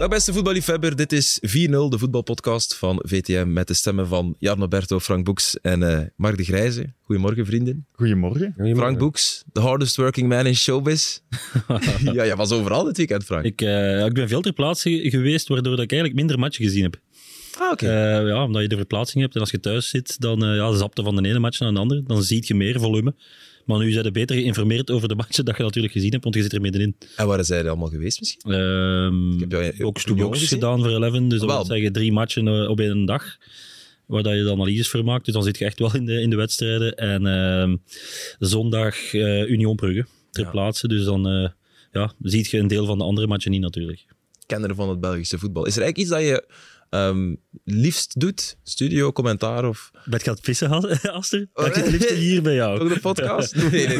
Dag beste voetballiefhebber, dit is 4-0, de voetbalpodcast van VTM met de stemmen van Jan Alberto, Frank Boeks en Mark de Grijze. Goedemorgen vrienden. Goedemorgen. Frank Boeks, the hardest working man in showbiz. Ja, jij was overal dit weekend, Frank. Ik ben veel ter plaatse geweest, waardoor ik eigenlijk minder matchen gezien heb. Ah, oké. Omdat je de verplaatsing hebt en als je thuis zit, dan zapte van de ene match naar de andere. Dan zie je meer volume. Maar nu zijn je beter geïnformeerd over de matchen dat je natuurlijk gezien hebt, want je zit er middenin. En waar zijn jullie allemaal geweest misschien? Ik heb ook Studios gedaan voor 11, dus dat wil zeggen 3 matchen op één dag, waar dat je de analyses voor maakt. Dus dan zit je echt wel in de wedstrijden. En zondag Union Brugge ter plaatse, dus dan ziet je een deel van de andere matchen niet natuurlijk. Kenner van het Belgische voetbal. Is er eigenlijk iets dat je liefst doet? Studio, commentaar of... Ben je aan het pissen, Aster? Ik zit liefst hier bij jou. Ook de podcast?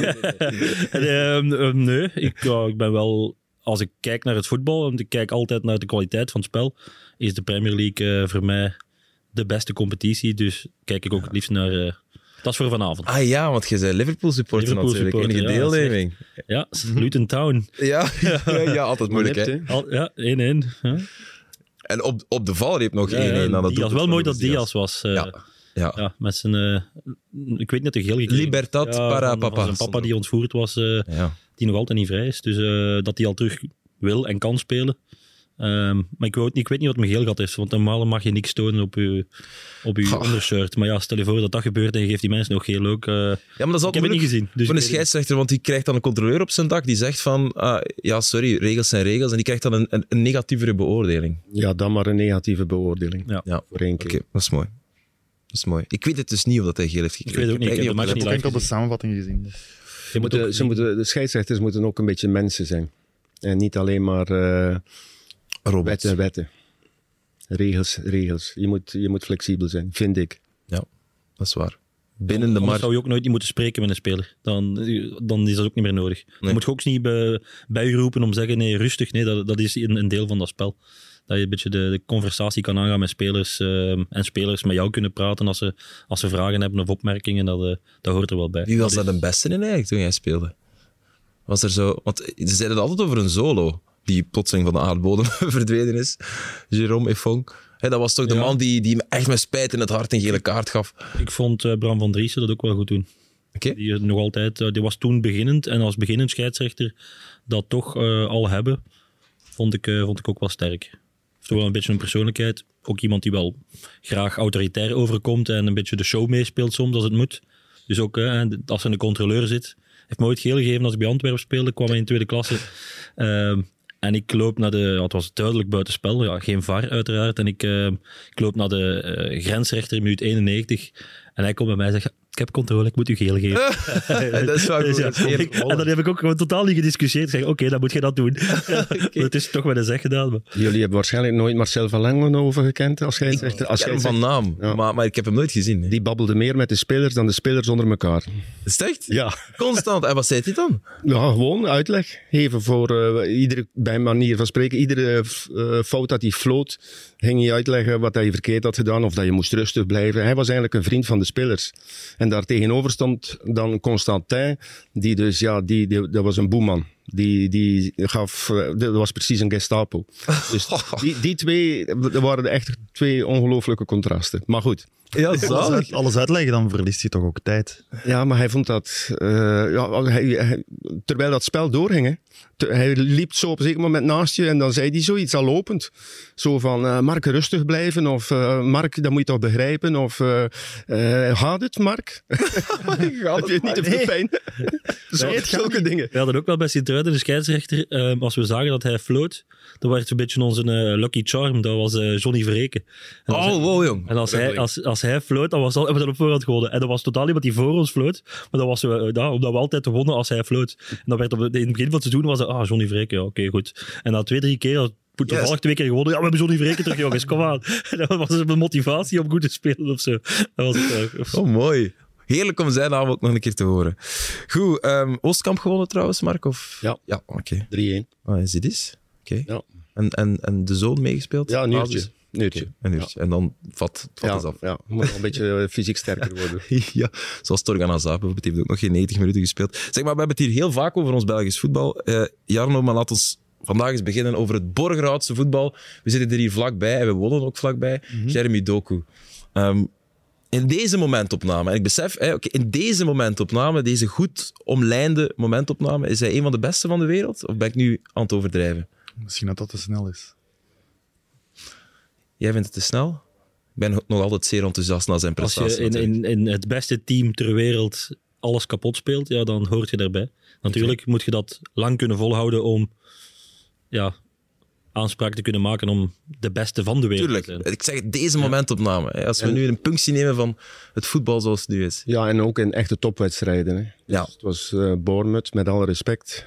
Nee. Ik ben wel... Als ik kijk naar het voetbal, en ik kijk altijd naar de kwaliteit van het spel, is de Premier League voor mij de beste competitie. Dus kijk ik ook het liefst naar... dat is voor vanavond. Ah ja, want je bent Liverpool-supporter natuurlijk. Enige deelneming. Ja, Luton Town. Ja, altijd moeilijk, hè? Ja, 1-1. Ja. En op de valreep nog 1-1. Het was wel mooi dat Diaz was. Ja, met zijn... ik weet niet, de geel gekregen. Libertad para papa. Zijn papa die ontvoerd was, die nog altijd niet vrij is. Dus dat hij al terug wil en kan spelen. Maar ik weet niet wat mijn geel gat is, want normaal mag je niks tonen op je ondershirt. Maar ja, stel je voor dat gebeurt en je geeft die mensen nog geel ook. Maar dat is altijd ik heb het niet gezien. Dus voor een scheidsrechter, want die krijgt dan een controleur op zijn dak die zegt van, regels zijn regels. En die krijgt dan een negatievere beoordeling. Ja, dan maar een negatieve beoordeling. Ja. Voor 1 keer. Oké, dat is mooi. Ik weet het dus niet of dat hij geel heeft gekregen. Ik weet het ook niet. Ik heb Ik heb enkel de samenvatting gezien. De scheidsrechters moeten ook een beetje mensen zijn. En niet alleen maar wetten. Regels. Je moet flexibel zijn, vind ik. Ja, dat is waar. Binnen de markt zou je ook nooit niet moeten spreken met een speler. Dan is dat ook niet meer nodig. Nee. Dan moet je ook niet bij je roepen om te zeggen, nee, rustig. Nee, dat is een deel van dat spel. Dat je een beetje de conversatie kan aangaan met spelers en spelers met jou kunnen praten als ze vragen hebben of opmerkingen. Dat hoort er wel bij. Wie was daar de beste in eigenlijk toen jij speelde? Was er zo... Want ze zeiden het altijd over een solo die plotseling van de aardbodem verdwenen is. Jérôme Effong. Dat was toch de man die me echt met spijt in het hart een gele kaart gaf. Ik vond Bram van Driessen dat ook wel goed doen. Okay. Die nog altijd... die was toen beginnend en als beginnend scheidsrechter dat toch al hebben, vond ik ook wel sterk. Heeft wel een beetje een persoonlijkheid. Ook iemand die wel graag autoritair overkomt en een beetje de show meespeelt soms als het moet. Dus ook als er een controleur zit. Heeft me ooit geel gegeven als ik bij Antwerpen speelde. Kwam hij in tweede klasse. En ik loop naar het was duidelijk buitenspel. Ja, geen VAR uiteraard. En ik loop naar de grensrechter, minuut 91. En hij komt bij mij en zegt, ik heb controle, ik moet u geel geven. Dat is wel goed. En dan heb ik ook gewoon totaal niet gediscussieerd. Ik zeg, oké, dan moet je dat doen. Het is toch wel een zeg gedaan. Maar. Jullie hebben waarschijnlijk nooit Marcel van Langenhoven gekend als scheidsrechter. Ik ken hem van naam, maar ik heb hem nooit gezien. Hè. Die babbelde meer met de spelers dan de spelers onder elkaar. Is het echt? Ja. Constant. En wat zei hij dan? Ja, gewoon uitleg geven voor bij manier van spreken. Iedere fout dat hij floot, ging hij uitleggen wat hij verkeerd had gedaan of dat je moest rustig blijven. Hij was eigenlijk een vriend van de spelers. En daar tegenover stond dan Constantin, die dus, dat was een boeman. Die gaf, dat was precies een Gestapo. Dus die twee, dat waren echt 2 ongelooflijke contrasten. Maar goed. Ja, alles uitleggen, dan verliest je toch ook tijd. Ja, maar hij vond dat... terwijl dat spel doorging, hè, hij liep zo op een zeker moment naast je en dan zei hij zoiets al lopend. Zo van, Mark, rustig blijven. Of Mark, dat moet je toch begrijpen. Of gaat het, Mark? Heb je het niet te veel pijn? Zulke dingen. We hadden ook wel bij Sint-Truiden de scheidsrechter. Als we zagen dat hij floot, dan werd het een beetje onze lucky charm. Dat was Johnny Verreken. Wow, jong. En als hij floot, dan hebben we dat op voorhand gewonnen. En er was totaal iemand die voor ons floot. Maar dat was omdat we altijd wonnen als hij floot. En dan werd in het begin van het seizoen was het, Johnny Verreken, ja, oké, goed. En na 2-3 keer... Toevallig 2 keer gewonnen. Ja, we hebben Johnny Verreken terug, jongens. Kom aan. Dat was een motivatie om goed te spelen of zo. Dat was het. Oh, mooi. Heerlijk om zijn naam ook nog een keer te horen. Goed, Oostkamp gewonnen trouwens, Mark? Of? Ja. Oké. 3-1. Is dit eens? Oké. Ja. En de zoon meegespeeld? Ja, een uurtje. Een uurtje. Ja. En dan vat het af. Ja, moet nog een beetje fysiek sterker worden. Ja, zoals Torgan Hazard bijvoorbeeld, heeft ook nog geen 90 minuten gespeeld. Zeg maar, we hebben het hier heel vaak over ons Belgisch voetbal. Jarno, maar laat ons vandaag eens beginnen over het Borgerhoutse voetbal. We zitten er hier vlakbij en we wonen ook vlakbij. Jeremy Doku. In deze momentopname, en ik besef, in deze momentopname, deze goed omlijnde momentopname, is hij een van de beste van de wereld? Of ben ik nu aan het overdrijven? Misschien dat te snel is. Jij vindt het te snel? Ik ben nog altijd zeer enthousiast naar zijn prestatie. Als je in het beste team ter wereld alles kapot speelt, ja, dan hoort je daarbij. Natuurlijk moet je dat lang kunnen volhouden om aanspraak te kunnen maken om de beste van de wereld te zijn. Tuurlijk, ik zeg deze momentopname. Hè. Als we nu een punctie nemen van het voetbal zoals het nu is. Ja, en ook in echte topwedstrijden. Hè. Ja. Dus het was Bournemouth, met alle respect.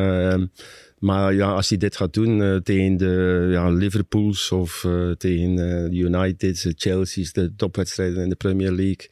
Maar ja, als hij dit gaat doen tegen de Liverpools of tegen de Uniteds, de Chelsea's, de topwedstrijden in de Premier League,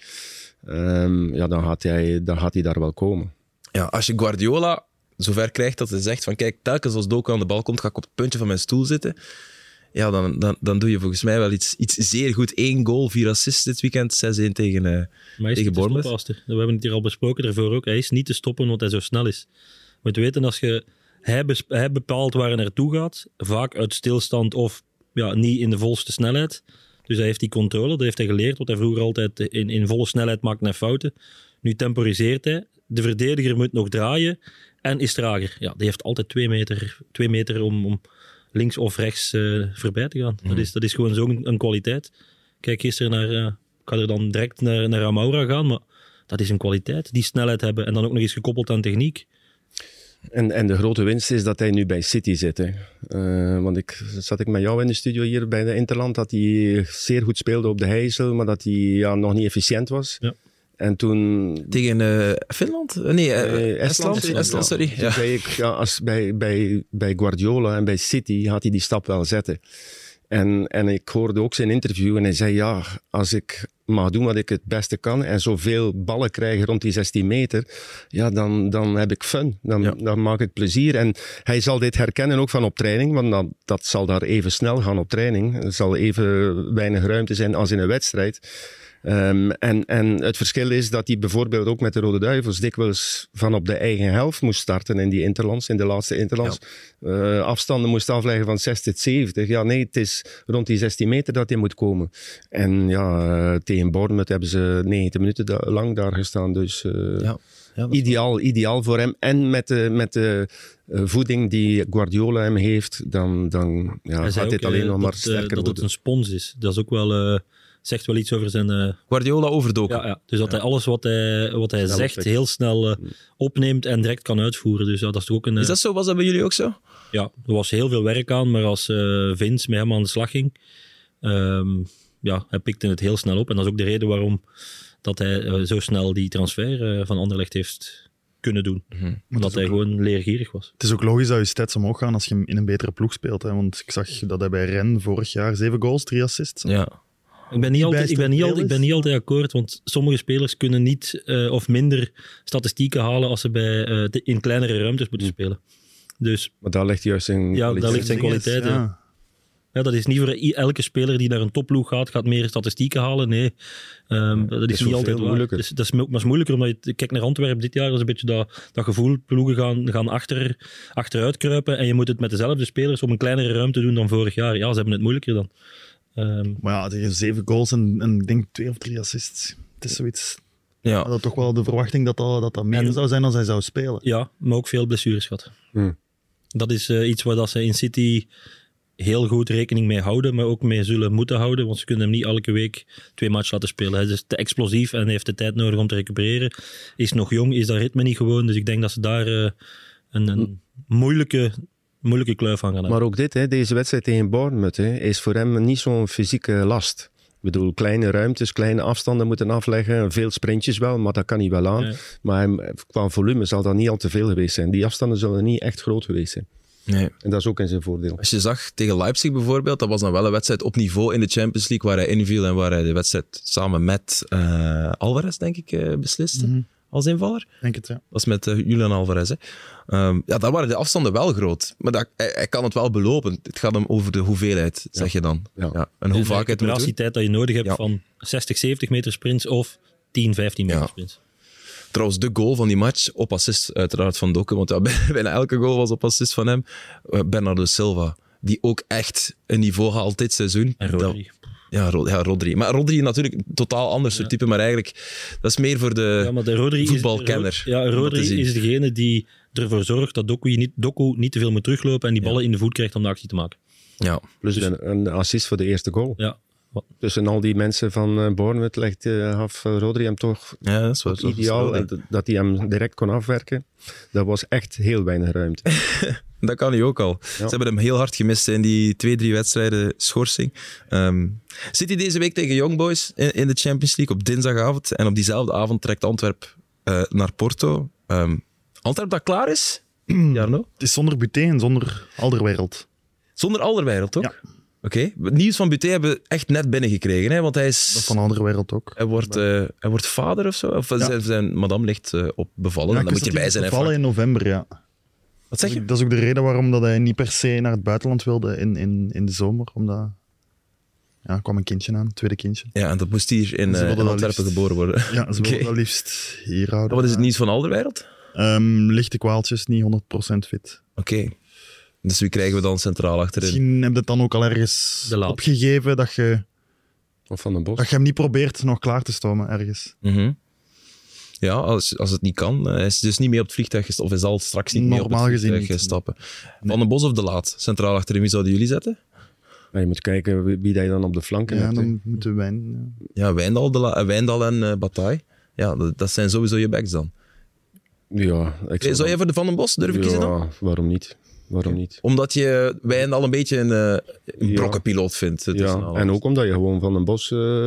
dan gaat hij daar wel komen. Ja, als je Guardiola zover krijgt dat hij zegt van kijk, telkens als Doku aan de bal komt, ga ik op het puntje van mijn stoel zitten. Ja, dan doe je volgens mij wel iets zeer goed. 1 goal, 4 assists dit weekend, 6-1 tegen Bournemouth. We hebben het hier al besproken daarvoor ook. Hij is niet te stoppen omdat hij zo snel is. Je moet weten, hij bepaalt waar hij naartoe gaat, vaak uit stilstand of niet in de volste snelheid. Dus hij heeft die controle, dat heeft hij geleerd, wat hij vroeger altijd in volle snelheid maakte naar fouten. Nu temporiseert hij. De verdediger moet nog draaien en is trager. Ja, die heeft altijd 2 meter om links of rechts voorbij te gaan. Dat is gewoon zo'n kwaliteit. Kijk gisteren naar... ik ga er dan direct naar Amoura gaan, maar dat is een kwaliteit. Die snelheid hebben en dan ook nog eens gekoppeld aan techniek. En de grote winst is dat hij nu bij City zit. Hè. Want zat ik met jou in de studio hier bij de Interland, dat hij zeer goed speelde op de Heysel, maar dat hij nog niet efficiënt was. Ja. En toen... Tegen Finland? Nee, Estland, sorry. Toen zei ik, als bij Guardiola en bij City gaat hij die stap wel zetten. En ik hoorde ook zijn interview en hij zei, als ik mag doen wat ik het beste kan en zoveel ballen krijg rond die 16 meter, dan heb ik fun. Dan maak ik plezier. En hij zal dit herkennen ook van op training, want dat zal daar even snel gaan op training. Er zal even weinig ruimte zijn als in een wedstrijd. En het verschil is dat hij bijvoorbeeld ook met de Rode Duivels dikwijls van op de eigen helft moest starten in de laatste interlands. Ja. Afstanden moest afleggen van 60 tot 70. Ja, nee, het is rond die 16 meter dat hij moet komen. En tegen Bournemouth hebben ze 90 minuten lang daar gestaan. Dus ideaal voor hem. En met de voeding die Guardiola hem heeft, dan gaat dit alleen nog maar sterker worden. Dat het een spons is. Dat is ook wel... zegt wel iets over zijn... Guardiola overdoken. Ja. Dus dat hij alles wat hij zegt heel snel opneemt en direct kan uitvoeren. Dus dat is toch ook een... Is dat zo? Was dat bij jullie ook zo? Ja, er was heel veel werk aan, maar als Vince met hem aan de slag ging, hij pikte het heel snel op. En dat is ook de reden waarom dat hij zo snel die transfer van Anderlecht heeft kunnen doen. Omdat hij gewoon leergierig was. Het is ook logisch dat je stats omhoog gaan als je in een betere ploeg speelt. Hè? Want ik zag dat hij bij Rennes vorig jaar 7 goals, 3 assists. Ja. Ik ben niet altijd akkoord, want sommige spelers kunnen niet of minder statistieken halen als ze in kleinere ruimtes moeten spelen. Dus, maar daar ligt juist zijn kwaliteit. Daar ligt zijn kwaliteit. Ja, dat is niet voor elke speler die naar een topploeg gaat meer statistieken halen. Nee, dat is niet altijd moeilijker. Dat is moeilijker, omdat je kijkt naar Antwerpen dit jaar, dat is een beetje dat gevoel, ploegen gaan achteruit kruipen en je moet het met dezelfde spelers op een kleinere ruimte doen dan vorig jaar. Ja, ze hebben het moeilijker dan. Maar tegen 7 goals en ik denk 2 of 3 assists. Het is zoiets... Ja. Dat toch wel de verwachting dat meer zou zijn als hij zou spelen. Ja, maar ook veel blessures gehad. Dat is iets waar dat ze in City heel goed rekening mee houden, maar ook mee zullen moeten houden, want ze kunnen hem niet elke week 2 matchen laten spelen. Hij is te explosief en heeft de tijd nodig om te recupereren. Is nog jong, is dat ritme niet gewoon, dus ik denk dat ze daar een moeilijke kluif aan gaan hebben. Maar ook deze wedstrijd tegen Bournemouth is voor hem niet zo'n fysieke last. Ik bedoel, kleine ruimtes, kleine afstanden moeten afleggen, veel sprintjes wel, maar dat kan hij wel aan. Ja. Maar qua volume zal dat niet al te veel geweest zijn. Die afstanden zullen niet echt groot geweest zijn. Nee. En dat is ook in zijn voordeel. Als je zag tegen Leipzig bijvoorbeeld, dat was dan wel een wedstrijd op niveau in de Champions League, waar hij inviel en waar hij de wedstrijd samen met Alvarez, denk ik, besliste. Als invaller. Denk het, ja. Dat was met Julian Alvarez. Hè. Daar waren de afstanden wel groot. Maar hij kan het wel belopen. Het gaat hem over de hoeveelheid, zeg je dan. Ja. En hoe vaak het moet doen. De tijd dat je nodig hebt van 60, 70 meter sprints of 10, 15 meter sprints. Trouwens, de goal van die match, op assist uiteraard van Doku, want ja, bijna elke goal was op assist van hem. Bernardo Silva, die ook echt een niveau haalt dit seizoen. En Rodri. Rodri. Maar Rodri is natuurlijk een totaal ander soort type, maar eigenlijk, dat is meer voor de voetbalkenner. Rodri is degene die ervoor zorgt dat Doku niet te veel moet teruglopen en die ballen in de voet krijgt om de actie te maken. Ja. Plus een assist voor de eerste goal. Ja. Tussen al die mensen van Bournemouth legt Rodri hem toch dat is wel ideaal. En dat hij hem direct kon afwerken. Dat was echt heel weinig ruimte. Dat kan hij ook al. Ja. Ze hebben hem heel hard gemist in die 2-3 wedstrijden schorsing. Zit hij deze week tegen Young Boys in de Champions League op dinsdagavond. En op diezelfde avond trekt Antwerp naar Porto. Antwerp dat klaar is? Jarno? Het is zonder Buté en zonder Alderweireld. Zonder Alderweireld, toch? Ja. Oké. Het nieuws van Buté hebben we echt net binnengekregen, hè? Want hij is... Dat van Alderweireld ook. Hij wordt vader of zo? Of zijn madame ligt op bevallen. Ja, en dan moet je erbij zijn. Bevallen in november, ja. Wat zeg je? Dat is ook de reden waarom dat hij niet per se naar het buitenland wilde in de zomer. Omdat... Ja, er kwam een kindje aan, tweede kindje. Ja, en dat moest hier in Antwerpen geboren worden. Ja, ze wilden dat liefst hier houden. Wat is het nieuws van Alderweireld? Lichte kwaaltjes, niet 100% fit. Oké. Dus wie krijgen we dan centraal achterin? Misschien heb je het dan ook al ergens opgegeven dat je... Of Van den Bos. Dat je hem niet probeert nog klaar te stomen ergens. Mm-hmm. Ja, als het niet kan. Hij is dus niet mee op het vliegtuig gestapt. Of hij zal straks niet mee op het vliegtuig stappen. Nee. Van den Bos of De Laat? Centraal achterin, wie zouden jullie zetten? Maar je moet kijken wie dat je dan op de flanken hebt. Ja, dan moeten Wijn... Ja, Wijndal en Bataille. Ja, dat zijn sowieso je backs dan. Ja. Zou jij voor de Van den Bos durven kiezen dan? Ja, waarom niet? Niet? Omdat je Wijndal een beetje een brokkenpiloot vindt. Ja, en ook omdat je gewoon Van den Bos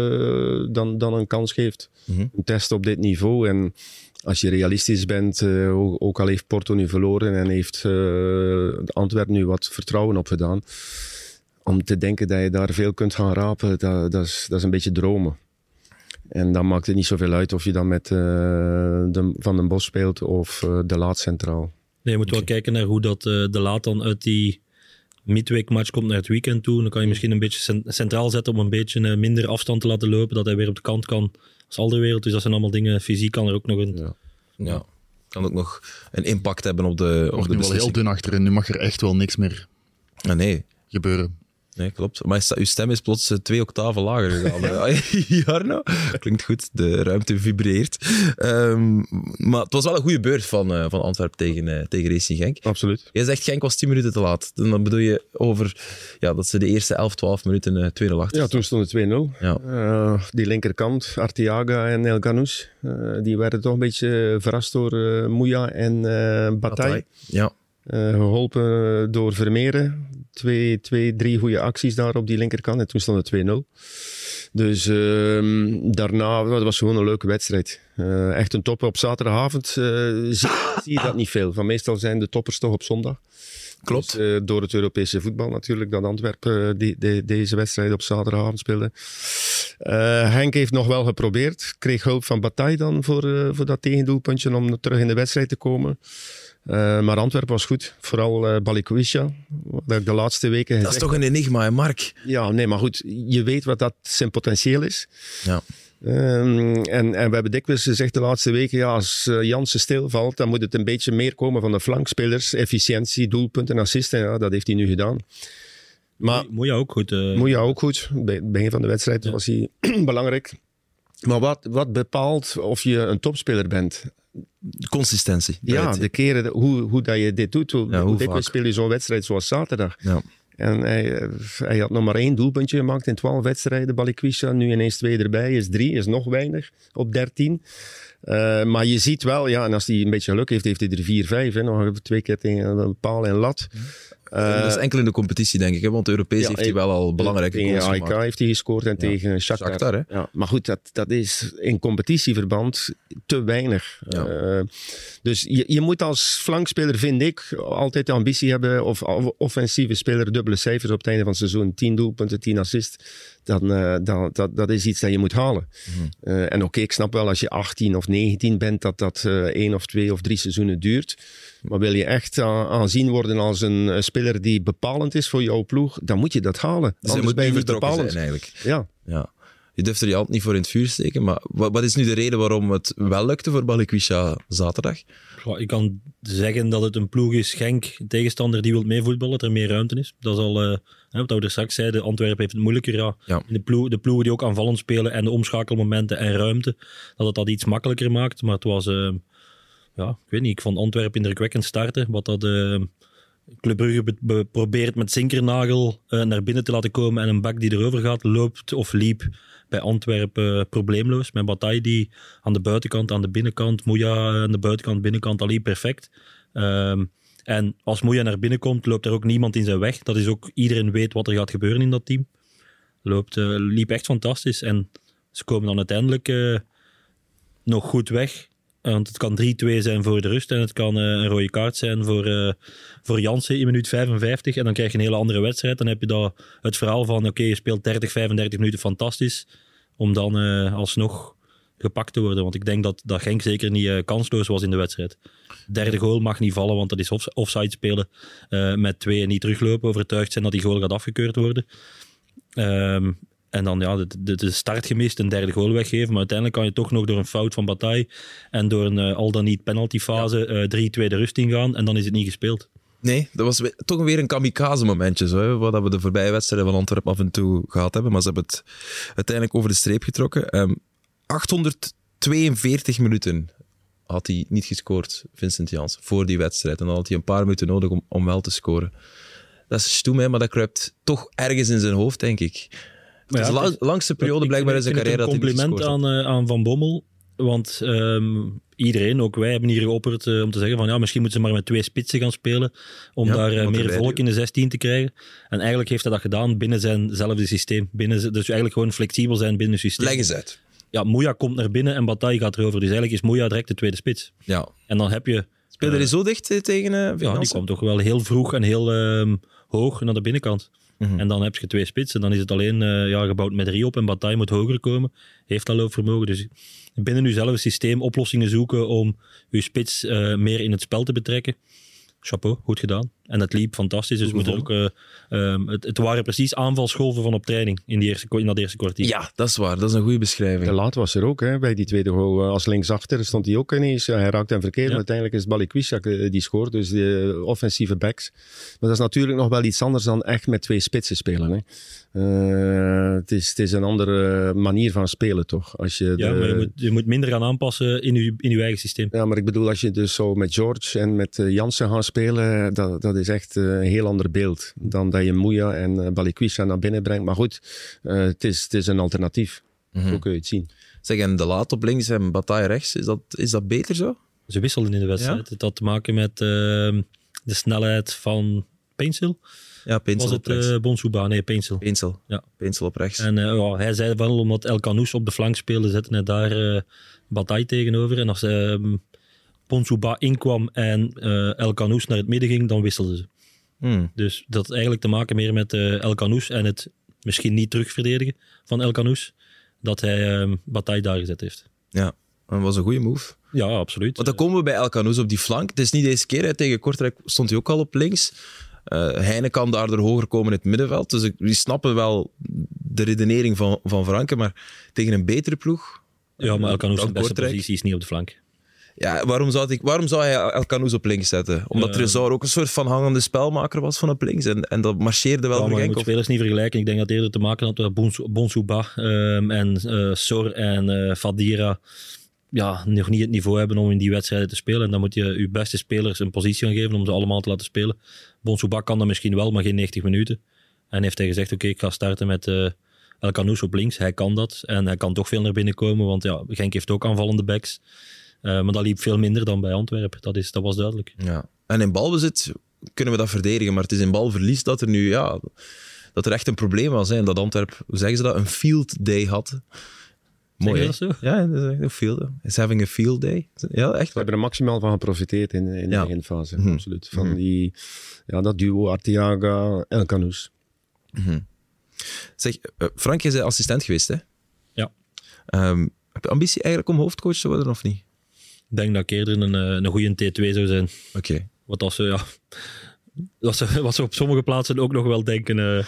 dan een kans geeft. Mm-hmm. Een test op dit niveau. En als je realistisch bent, ook al heeft Porto nu verloren en heeft Antwerpen nu wat vertrouwen opgedaan, om te denken dat je daar veel kunt gaan rapen, dat is een beetje dromen. En dan maakt het niet zoveel uit of je dan met Van den Bos speelt of De Laat centraal. Nee, je moet wel kijken naar hoe dat De Laat dan uit die midweek match komt naar het weekend toe. Dan kan je misschien een beetje centraal zetten om een beetje minder afstand te laten lopen, dat hij weer op de kant kan als Alderweireld. Dus dat zijn allemaal dingen. Fysiek kan er ook nog een... Ja. Kan ook nog een impact hebben op de Wordt nu wel heel dun achterin. Nu mag er echt wel niks meer gebeuren. Nee, klopt. Maar uw stem is plots 2 octaven lager gegaan. Jarno? Klinkt goed, de ruimte vibreert. Maar het was wel een goede beurt van Antwerpen tegen Racing Genk. Absoluut. Jij zegt Genk was 10 minuten te laat. Dan bedoel je over dat ze de eerste 11, 12 minuten 2-0 achter. Ja, toen stond het 2-0. Ja. Die linkerkant, Arteaga en El Ghanous, die werden toch een beetje verrast door Mouya en Bataille. Ja. Geholpen door Vermeeren. 3 goede acties daar op die linkerkant. En toen stond het 2-0. Dus daarna, dat was gewoon een leuke wedstrijd. Echt een topper. Op zaterdagavond zie je dat niet veel. Van meestal zijn de toppers toch op zondag. Klopt. Dus, door het Europese voetbal natuurlijk, dat Antwerpen deze wedstrijd op zaterdagavond speelde. Henk heeft nog wel geprobeerd. Kreeg hulp van Bataille dan voor dat tegendoelpuntje om terug in de wedstrijd te komen. Maar Antwerpen was goed. Vooral Balikwisha. Dat ik de laatste weken gezegd. Dat is toch een enigma, hè, Mark? Ja, nee, maar goed. Je weet wat dat zijn potentieel is. Ja. En we hebben dikwijls gezegd de laatste weken, als Jansen stilvalt, dan moet het een beetje meer komen van de flankspelers. Efficiëntie, doelpunten, assisten. Ja, dat heeft hij nu gedaan. Maar Mouya ook goed. Mouya ook goed. Bij het begin van de wedstrijd was hij belangrijk. Maar wat bepaalt of je een topspeler bent? De consistentie. Ja, de keren hoe dat je dit doet. Hoe dikwijls speel je zo'n wedstrijd zoals zaterdag? Ja. En hij had nog maar 1 doelpuntje gemaakt in 12 wedstrijden, Balikwisha. Nu ineens 2 erbij, is 3, is nog weinig op 13. Maar je ziet wel, ja, en als hij een beetje geluk heeft, heeft hij er 4, 5. Hè, nog 2 keer tegen een paal en lat. Dat is enkel in de competitie, denk ik. Hè? Want Europees heeft hij wel al belangrijke goals gemaakt. Tegen AEK heeft hij gescoord en tegen Shakhtar. Hè? Ja, maar goed, dat is in competitieverband te weinig. Ja. Dus je moet als flankspeler, vind ik, altijd de ambitie hebben, of offensieve speler, dubbele cijfers op het einde van het seizoen. 10 doelpunten, 10 assists. Dat is iets dat je moet halen. Mm-hmm. En oké, ik snap wel als je 18 of 19 bent, dat 1 of 2 of 3 seizoenen duurt. Maar wil je echt aanzien worden als een speler die bepalend is voor jouw ploeg, dan moet je dat halen. Dus hij moet nu vertrokken zijn eigenlijk. Ja. Je durft er je hand niet voor in het vuur steken. Maar wat is nu de reden waarom het wel lukte voor Balikwisha zaterdag? Ik kan zeggen dat het een ploeg is, Genk, een tegenstander die wil meevoetballen, dat er meer ruimte is. Dat is al, wat we er straks zeiden, Antwerpen heeft het moeilijker. Ja. In de ploegen die ook aanvallend spelen en de omschakelmomenten en ruimte, dat iets makkelijker maakt. Maar het was, ik weet niet, ik vond Antwerpen indrukwekkend starten. Wat dat Club Brugge probeert met Zinkernagel naar binnen te laten komen en een bak die erover gaat, loopt of liep bij Antwerpen probleemloos. Met Bataille die aan de buitenkant, aan de binnenkant, Mouya aan de buitenkant, binnenkant, Ali perfect. En als Mouya naar binnen komt, loopt er ook niemand in zijn weg. Dat is ook, iedereen weet wat er gaat gebeuren in dat team. Liep echt fantastisch. En ze komen dan uiteindelijk nog goed weg. Want het kan 3-2 zijn voor de rust en het kan een rode kaart zijn voor Jansen in minuut 55. En dan krijg je een hele andere wedstrijd. Dan heb je het verhaal van, oké, je speelt 30, 35 minuten fantastisch. Om dan alsnog gepakt te worden. Want ik denk dat Genk zeker niet kansloos was in de wedstrijd. Derde goal mag niet vallen, want dat is offside spelen met 2 en niet teruglopen. Overtuigd zijn dat die goal gaat afgekeurd worden. En dan de start gemist, een derde goal weggeven. Maar uiteindelijk kan je toch nog door een fout van Bataille en door een al dan niet penaltyfase 3-2 de rust ingaan. En dan is het niet gespeeld. Nee, dat was toch weer een kamikaze momentje. Zo, wat we de voorbije wedstrijden van Antwerpen af en toe gehad hebben. Maar ze hebben het uiteindelijk over de streep getrokken. 842 minuten had hij niet gescoord, Vincent Janssen, voor die wedstrijd. En dan had hij een paar minuten nodig om wel te scoren. Dat is stoem, maar dat kruipt toch ergens in zijn hoofd, denk ik. Het is de langste periode blijkbaar in zijn carrière dat hij niet gescoord heeft. Een compliment aan Van Bommel. Want iedereen, ook wij, hebben hier geopperd om te zeggen van misschien moeten ze maar met 2 spitsen gaan spelen om daar meer volk in de 16 te krijgen. En eigenlijk heeft hij dat gedaan binnen zijnzelfde systeem. Dus eigenlijk gewoon flexibel zijn binnen het systeem. Leg eens uit. Ja, Mouya komt naar binnen en Bataille gaat erover. Dus eigenlijk is Mouya direct de tweede spits. Ja. En dan heb je... Speelde hij zo dicht tegen Ja, die kwam toch wel heel vroeg en heel hoog naar de binnenkant. Mm-hmm. En dan heb je 2 spitsen. Dan is het alleen gebouwd met 3 op en Bataille moet hoger komen. Heeft dat loopvermogen. Dus binnen uzelf systeem oplossingen zoeken om uw spits meer in het spel te betrekken. Chapeau, goed gedaan. En het liep fantastisch. Dus het waren precies aanvalsgolven van op training in dat eerste kwartier. Ja, dat is waar. Dat is een goede beschrijving. De Laat was er ook, bij die tweede goal. Als linksachter stond hij ook ineens. Hij raakte hem verkeerd, maar uiteindelijk is het Balikwisha die scoort. Dus de offensieve backs. Maar dat is natuurlijk nog wel iets anders dan echt met 2 spitsen spelen. Hè. Het is een andere manier van spelen, toch? Als je maar je moet minder gaan aanpassen in je eigen systeem. Ja, maar ik bedoel, als je dus zo met George en met Jansen gaat spelen, dat is echt een heel ander beeld dan dat je Mouya en Balikwisha naar binnen brengt. Maar goed, het is een alternatief. Mm-hmm. Zo kun je het zien. Zeg, en De Laat op links en Bataille rechts, is dat beter zo? Ze wisselden in de wedstrijd. Ja? Het had te maken met de snelheid van Pencil. Ja, Pencil was op rechts. Het Bonsouba? Nee, Pencil. Ja. Pencil op rechts. En hij zei wel, omdat El Canoes op de flank speelde, zette hij daar Bataille tegenover. En als Bonsouba inkwam en El Canoes naar het midden ging, dan wisselden ze. Dus dat had eigenlijk te maken meer met El Canoes en het misschien niet terugverdedigen van El Canoes, dat hij Bataille daar gezet heeft. Ja, dat was een goede move. Ja, absoluut. Want dan komen we bij El Canoes op die flank. Het is niet deze keer, tegen Kortrijk stond hij ook al op links. Heine kan daardoor hoger komen in het middenveld. Dus die snappen wel de redenering van Franke, maar tegen een betere ploeg... Ja, maar El Canoes zijn beste positie is niet op de flank. Ja, waarom zou hij El Canoes op links zetten? Omdat Trésor ook een soort van hangende spelmaker was van op links. En dat marcheerde wel voor Genk. Je moet spelers niet vergelijken. Ik denk dat het eerder te maken had met Bonsouba en Sor en Fadira. Ja, nog niet het niveau hebben om in die wedstrijden te spelen. En dan moet je je beste spelers een positie gaan geven om ze allemaal te laten spelen. Bonsouba kan dat misschien wel, maar geen 90 minuten. En heeft hij gezegd, oké, ik ga starten met El Canoes op links. Hij kan dat. En hij kan toch veel naar binnen komen, want Genk heeft ook aanvallende backs. Maar dat liep veel minder dan bij Antwerpen. Dat was duidelijk. Ja. En in balbezit kunnen we dat verdedigen, maar het is in balverlies dat er nu dat er echt een probleem was. Hè. En dat Antwerpen, hoe zeggen ze dat, een field day had. Mooi, hè? Dat zo? Ja, dat is echt een field day. It's having a field day. Ja, echt. We hebben er maximaal van geprofiteerd in de beginfase. Mm-hmm. Absoluut. Van dat duo Arteaga, El Canoes. Mm-hmm. Zeg, Frank, jij bent assistent geweest, hè? Ja. Heb je ambitie eigenlijk om hoofdcoach te worden, of niet? Ik denk dat ik eerder een goede T2 zou zijn. Oké. Wat als Wat ze op sommige plaatsen ook nog wel denken.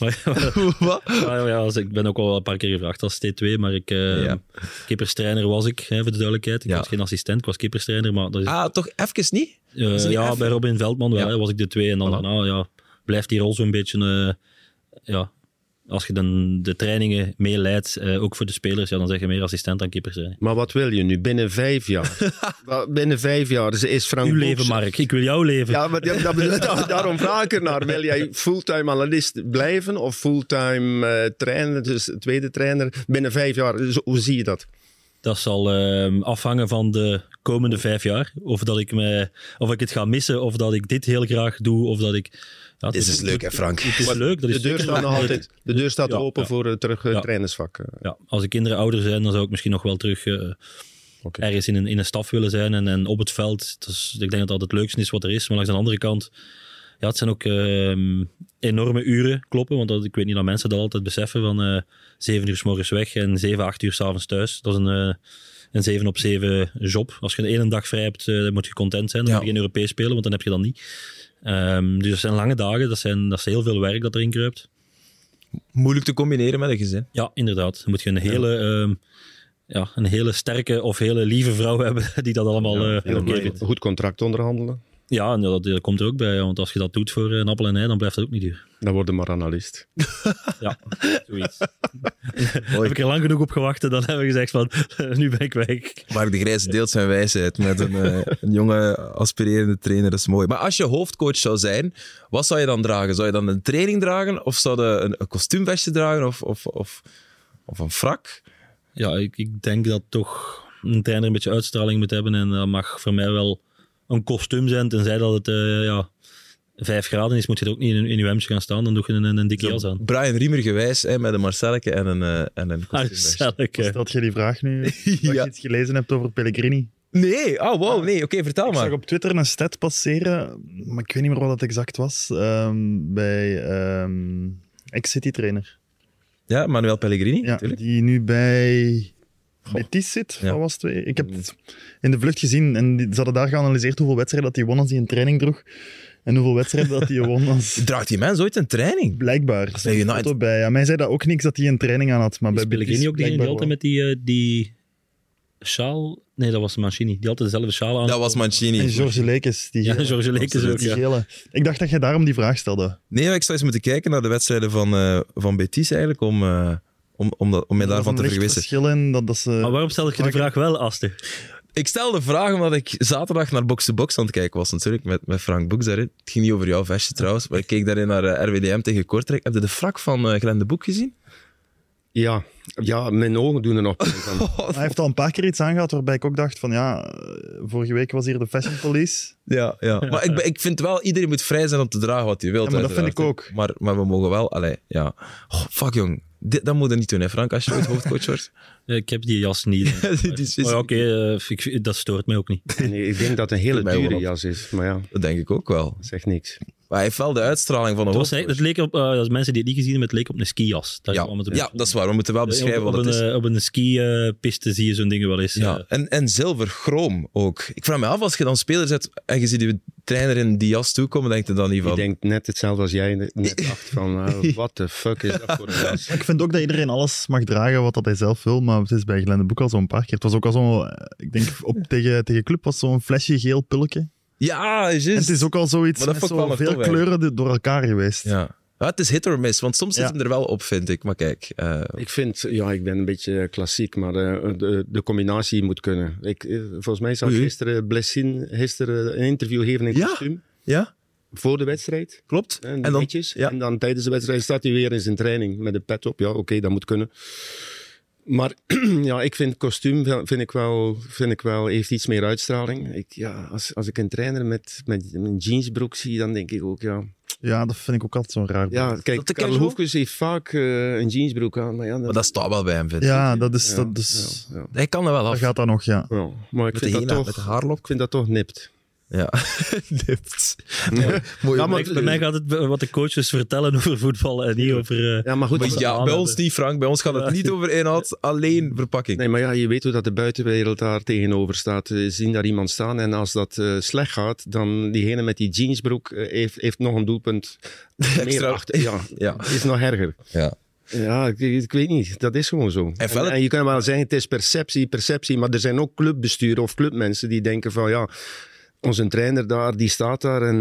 Wat? Ik ben ook al een paar keer gevraagd als T2, maar keeperstrainer was ik, voor de duidelijkheid. Ik was geen assistent, ik was keeperstrainer. Maar dat is... toch even niet? Bij Robin Veldman wel, was ik de 2. En dan daarna blijft die rol zo'n beetje... als je dan de trainingen meeleidt, ook voor de spelers, dan zeg je meer assistent dan keeperstrainer. Maar wat wil je nu? Binnen 5 jaar? Binnen 5 jaar is Frank Uw Boks... leven, Mark. Ik wil jouw leven. Ja, maar daarom vraag ik ernaar. Wil jij fulltime analist blijven of fulltime trainer, dus tweede trainer, binnen 5 jaar? Hoe zie je dat? Dat zal afhangen van de komende 5 jaar. Of ik het ga missen, of dat ik dit heel graag doe, of dat ik... Ja, dit is leuk, hè, Frank? Het is leuk. De deur staat nog altijd. De deur staat open voor terug trainersvak. Ja, als de kinderen ouder zijn, dan zou ik misschien nog wel terug ergens in een staf willen zijn. En op het veld, ik denk dat dat het leukste is wat er is. Maar langs de andere kant, het zijn ook enorme uren kloppen. Want ik weet niet dat mensen dat altijd beseffen. Van 7 uur 's morgens weg en 7, 8 uur 's avonds thuis. Dat is een 7 op 7 job. Als je de ene dag vrij hebt, dan moet je content zijn. Dan moet je geen Europees spelen, want dan heb je dat niet. Dus dat zijn lange dagen, dat is heel veel werk dat erin kruipt. Moeilijk te combineren met een gezin. Ja, inderdaad. Dan moet je een hele sterke of hele lieve vrouw hebben die dat allemaal vindt. Goed contract onderhandelen. Ja, en dat komt er ook bij. Want als je dat doet voor een appel en ei, dan blijft dat ook niet duur. Dan word je maar analist. Ja, zoiets. Heb ik er lang genoeg op gewacht en dan hebben we gezegd van, nu ben ik weg. Maar de Grijze deelt zijn wijsheid met een jonge aspirerende trainer, dat is mooi. Maar als je hoofdcoach zou zijn, wat zou je dan dragen? Zou je dan een training dragen? Of zou je een kostuumvestje dragen? Of een frak? Ja, ik denk dat toch een trainer een beetje uitstraling moet hebben en dat mag voor mij wel een kostuum zijn, tenzij dat het 5 graden is, moet je het ook niet in je hemdje gaan staan, dan doe je een dikke jas aan. Brian Riemer gewijs, met een Marcelleke en een kostuumvestje. Stelt je die vraag nu, dat je iets gelezen hebt over Pellegrini? Nee, nee, oké, vertel maar. Ik zag op Twitter een stat passeren, maar ik weet niet meer wat het exact was, bij ex-City-trainer. Ja, Manuel Pellegrini, ja, natuurlijk. Die nu bij Betis zit. Wat was het? Ik heb het in de vlucht gezien en ze hadden daar geanalyseerd hoeveel wedstrijden dat hij won als hij een training droeg. En hoeveel wedstrijden dat hij won als... Draagt die mens ooit een training? Blijkbaar. Er staat een foto bij. Ja, mij zei dat ook niks dat hij een training aan had. Maar bij Pellegrini ook die altijd met die sjaal... Nee, dat was Mancini. Die altijd dezelfde sjaal aan. Dat was Mancini. En George Lekes. George Lekes ook, gele. Ik dacht dat jij daarom die vraag stelde. Nee, ik zou eens moeten kijken naar de wedstrijden van Betis eigenlijk, om mij daarvan te vergewissen. Maar waarom stel ik je de vraag wel, Aster? Ik stel de vraag omdat ik zaterdag naar Box to Box aan het kijken was, natuurlijk, met Frank Boeks daarin. Het ging niet over jouw vestje trouwens, maar ik keek daarin naar RWDM tegen Kortrijk. Heb je de frak van Glenn de Boek gezien? Ja, mijn ogen doen er nog pijn van. Hij heeft al een paar keer iets aangehad waarbij ik ook dacht van vorige week was hier de Fashion Police. Ja. Maar ik vind wel, iedereen moet vrij zijn om te dragen wat hij wil. Ja, maar dat vind ik ook. Maar we mogen wel, fuck jong. Dat moet je niet doen, hè Frank, als je ooit hoofdcoach wordt. Ik heb die jas niet. Maar dat stoort mij ook niet. Nee, ik denk dat het een hele dure jas is, maar ja. Dat denk ik ook wel. Dat zegt niks. Maar hij heeft wel de uitstraling van een hoofdcoach. Het leek op, als mensen die het niet gezien hebben, het leek op een skijas. Ja, dat is waar. We moeten wel beschrijven wat het is. Op een skipiste zie je zo'n ding wel eens. Ja. En zilver, chroom ook. Ik vraag me af, als je dan speler zet en je ziet je trainer in die jas toekomen, denk je dan niet van... Ik denk net hetzelfde als jij net dacht van, what the fuck is dat voor een jas? Ik vind ook dat iedereen alles mag dragen wat dat hij zelf wil, maar het is bij Glenn de Boek al zo'n paar keer. Het was ook al zo, ik denk tegen Club was zo'n flesje geel pilletje. Ja, juist. En het is ook al zoiets met zoveel kleuren door elkaar geweest. Ja. Ja, het is hit or miss, want soms zit hem er wel op, vind ik. Maar kijk... Ik ben een beetje klassiek, maar de combinatie moet kunnen. Volgens mij zag gisteren Blessin een interview geven in kostuum. Ja? Voor de wedstrijd. Klopt. En dan, en dan tijdens de wedstrijd staat hij weer in zijn training met de pet op. Ja, oké, dat moet kunnen. Maar ik vind kostuum vind ik wel heeft iets meer uitstraling. Als ik een trainer met een jeansbroek zie, dan denk ik ook, Ja, dat vind ik ook altijd zo'n raar. Ja, kijk, Karel Hoefkes heeft vaak een jeansbroek aan. Maar dat staat wel bij hem, vind ik. Ja, dat is... Hij kan er wel af. Dat gaat dan nog, ja. Maar ik vind dat toch... met de haarlok. Ik vind dat toch nipt. Ja, nipt. Mooi Ja, maar opmerking. Bij mij gaat het wat de coaches vertellen over voetbal en niet over... Ja, maar goed. Maar ja, bij ons niet, Frank. Bij ons gaat het niet over inhoud, alleen verpakking. Nee, maar ja, je weet hoe dat de buitenwereld daar tegenover staat. Ze zien daar iemand staan en als dat slecht gaat, dan diegene met die jeansbroek heeft nog een doelpunt meer Extra. achter. Ja, Ja. is nog erger. Ja. Ja, ik weet niet. Dat is gewoon zo. En je kan wel zeggen, het is perceptie, maar er zijn ook clubbesturen of clubmensen die denken van ja, onze trainer daar, die staat daar en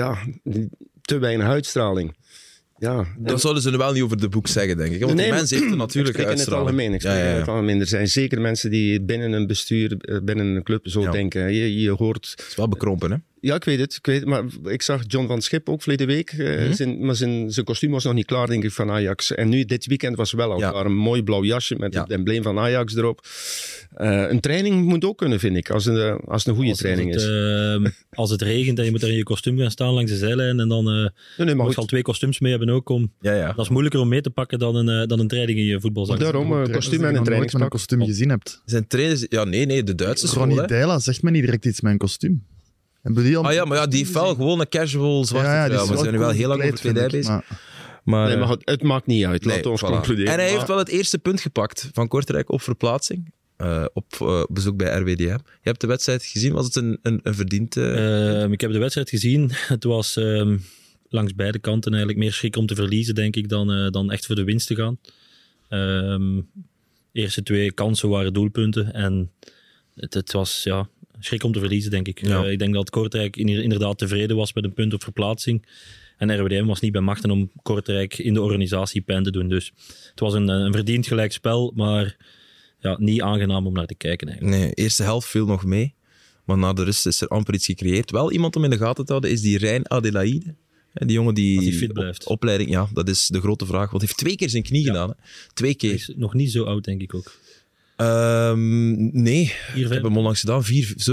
te weinig uitstraling. Ja, Dat zouden ze nu wel niet over de boek zeggen, denk ik. Want die mensen heeft een natuurlijke ik spreek in het uitstraling. algemeen. In het algemeen. Er zijn zeker mensen die binnen een bestuur, binnen een club zo denken. Je hoort... Het is wel bekrompen, hè? Ja, ik weet het. Maar ik zag John van Schip ook verleden week. Maar zijn kostuum was nog niet klaar, denk ik, van Ajax. En nu, dit weekend was wel al klaar. Een mooi blauw jasje met het embleem van Ajax erop. Een training moet ook kunnen, vind ik. Als het een goede training is. Als het regent en je moet daar in je kostuum gaan staan langs de zijlijn en dan moet je al 2 kostuums mee hebben ook om... Ja. Dat is moeilijker om mee te pakken dan een training in je voetbalzak. Daarom een kostuum en een trainingspak. met een kostuum gezien hebt. Zijn trainers... Ja, nee, de Duitsers gewoon, Ronnie hè. Deila zegt me niet direct iets met een kostuum. Hebben die al... Ah ja, maar ja, die heeft wel gewoon een casual zwarte trui. die is We zijn nu wel heel lang over gekleed, kledij vind ik, bezig. Maar, Nee, maar het maakt niet uit. Laten we ons voilà. concluderen. En hij heeft wel het eerste punt gepakt van Kortrijk op verplaatsing. Op bezoek bij RWDM. Je hebt de wedstrijd gezien. Was het een verdiend... Ik heb de wedstrijd gezien. Het was langs beide kanten eigenlijk meer schrik om te verliezen, denk ik, dan echt voor de winst te gaan. De eerste 2 kansen waren doelpunten. En het was schrik om te verliezen, denk ik. Ja. Ik denk dat Kortrijk inderdaad tevreden was met een punt op verplaatsing. En RWDM was niet bij machten om Kortrijk in de organisatie pijn te doen. Dus het was een verdiend gelijkspel, maar niet aangenaam om naar te kijken eigenlijk. Nee, de eerste helft viel nog mee. Maar na de rust is er amper iets gecreëerd. Wel iemand om in de gaten te houden is die Rijn Adelaide. Die jongen die... Als hij fit blijft. Opleiding, ja, dat is de grote vraag. Want hij heeft 2 keer zijn knie gedaan. Hè. 2 Hij keer. is nog niet zo oud, denk ik ook. Nee, ik 4-5. heb hem onlangs gedaan.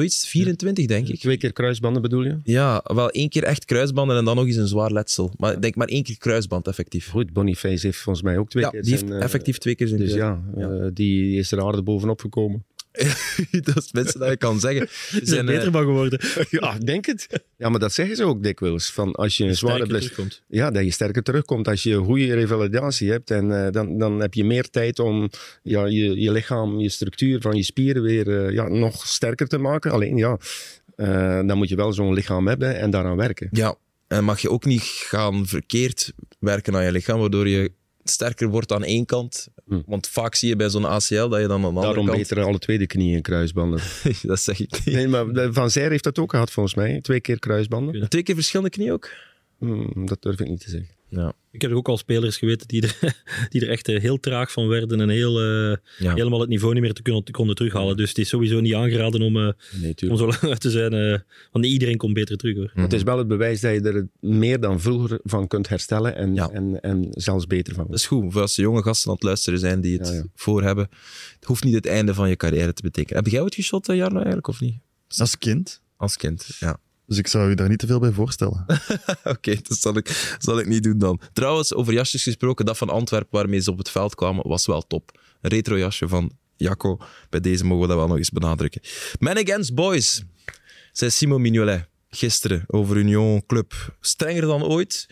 24, denk ik. 2 keer kruisbanden bedoel je? Ja, wel 1 keer echt kruisbanden en dan nog eens een zwaar letsel. Maar ik denk maar 1 keer kruisband, effectief. Goed, Boniface heeft volgens mij ook 2 Ja, keer die zijn, heeft effectief 2 keer zijn Dus kruisband. die is er aardig bovenop gekomen. Dat is het minste dat ik kan zeggen. Ze Is er beter van geworden. Ja, ik denk het. Ja, maar dat zeggen ze ook dikwijls. Van als je een zware Sterker blessure... terugkomt. Ja, dat je sterker terugkomt. Als je een goede revalidatie hebt, en dan heb je meer tijd om je lichaam, je structuur van je spieren weer nog sterker te maken. Alleen dan moet je wel zo'n lichaam hebben en daaraan werken. Ja, en mag je ook niet gaan verkeerd werken aan je lichaam, waardoor je sterker wordt aan één kant. Want vaak zie je bij zo'n ACL dat je dan aan de andere Daarom kant... beter alle 2 de knieën kruisbanden. Dat zeg ik niet. Nee, maar Van Zijr heeft dat ook gehad volgens mij. 2 keer kruisbanden. 2 keer verschillende knie ook? Dat durf ik niet te zeggen. Ja. Ik heb er ook al spelers geweten die er echt heel traag van werden en helemaal het niveau niet meer konden terughalen. Dus het is sowieso niet aangeraden om zo lang uit te zijn. Want niet iedereen komt beter terug, hoor. Maar het is wel het bewijs dat je er meer dan vroeger van kunt herstellen en zelfs beter van Dat wordt. is goed, voor als de jonge gasten aan het luisteren zijn die het voor hebben. Het hoeft niet het einde van je carrière te betekenen. Heb jij ooit geschot, Jarno, eigenlijk, of niet? Als kind. Als kind, ja. Dus ik zou je daar niet te veel bij voorstellen. Oké, dat zal ik niet doen dan. Trouwens, over jasjes gesproken, dat van Antwerpen waarmee ze op het veld kwamen, was wel top. Een retro jasje van Jacco. Bij deze mogen we dat wel nog eens benadrukken. Men Against Boys, zei Simon Mignolet gisteren over Union Club. Strenger dan ooit.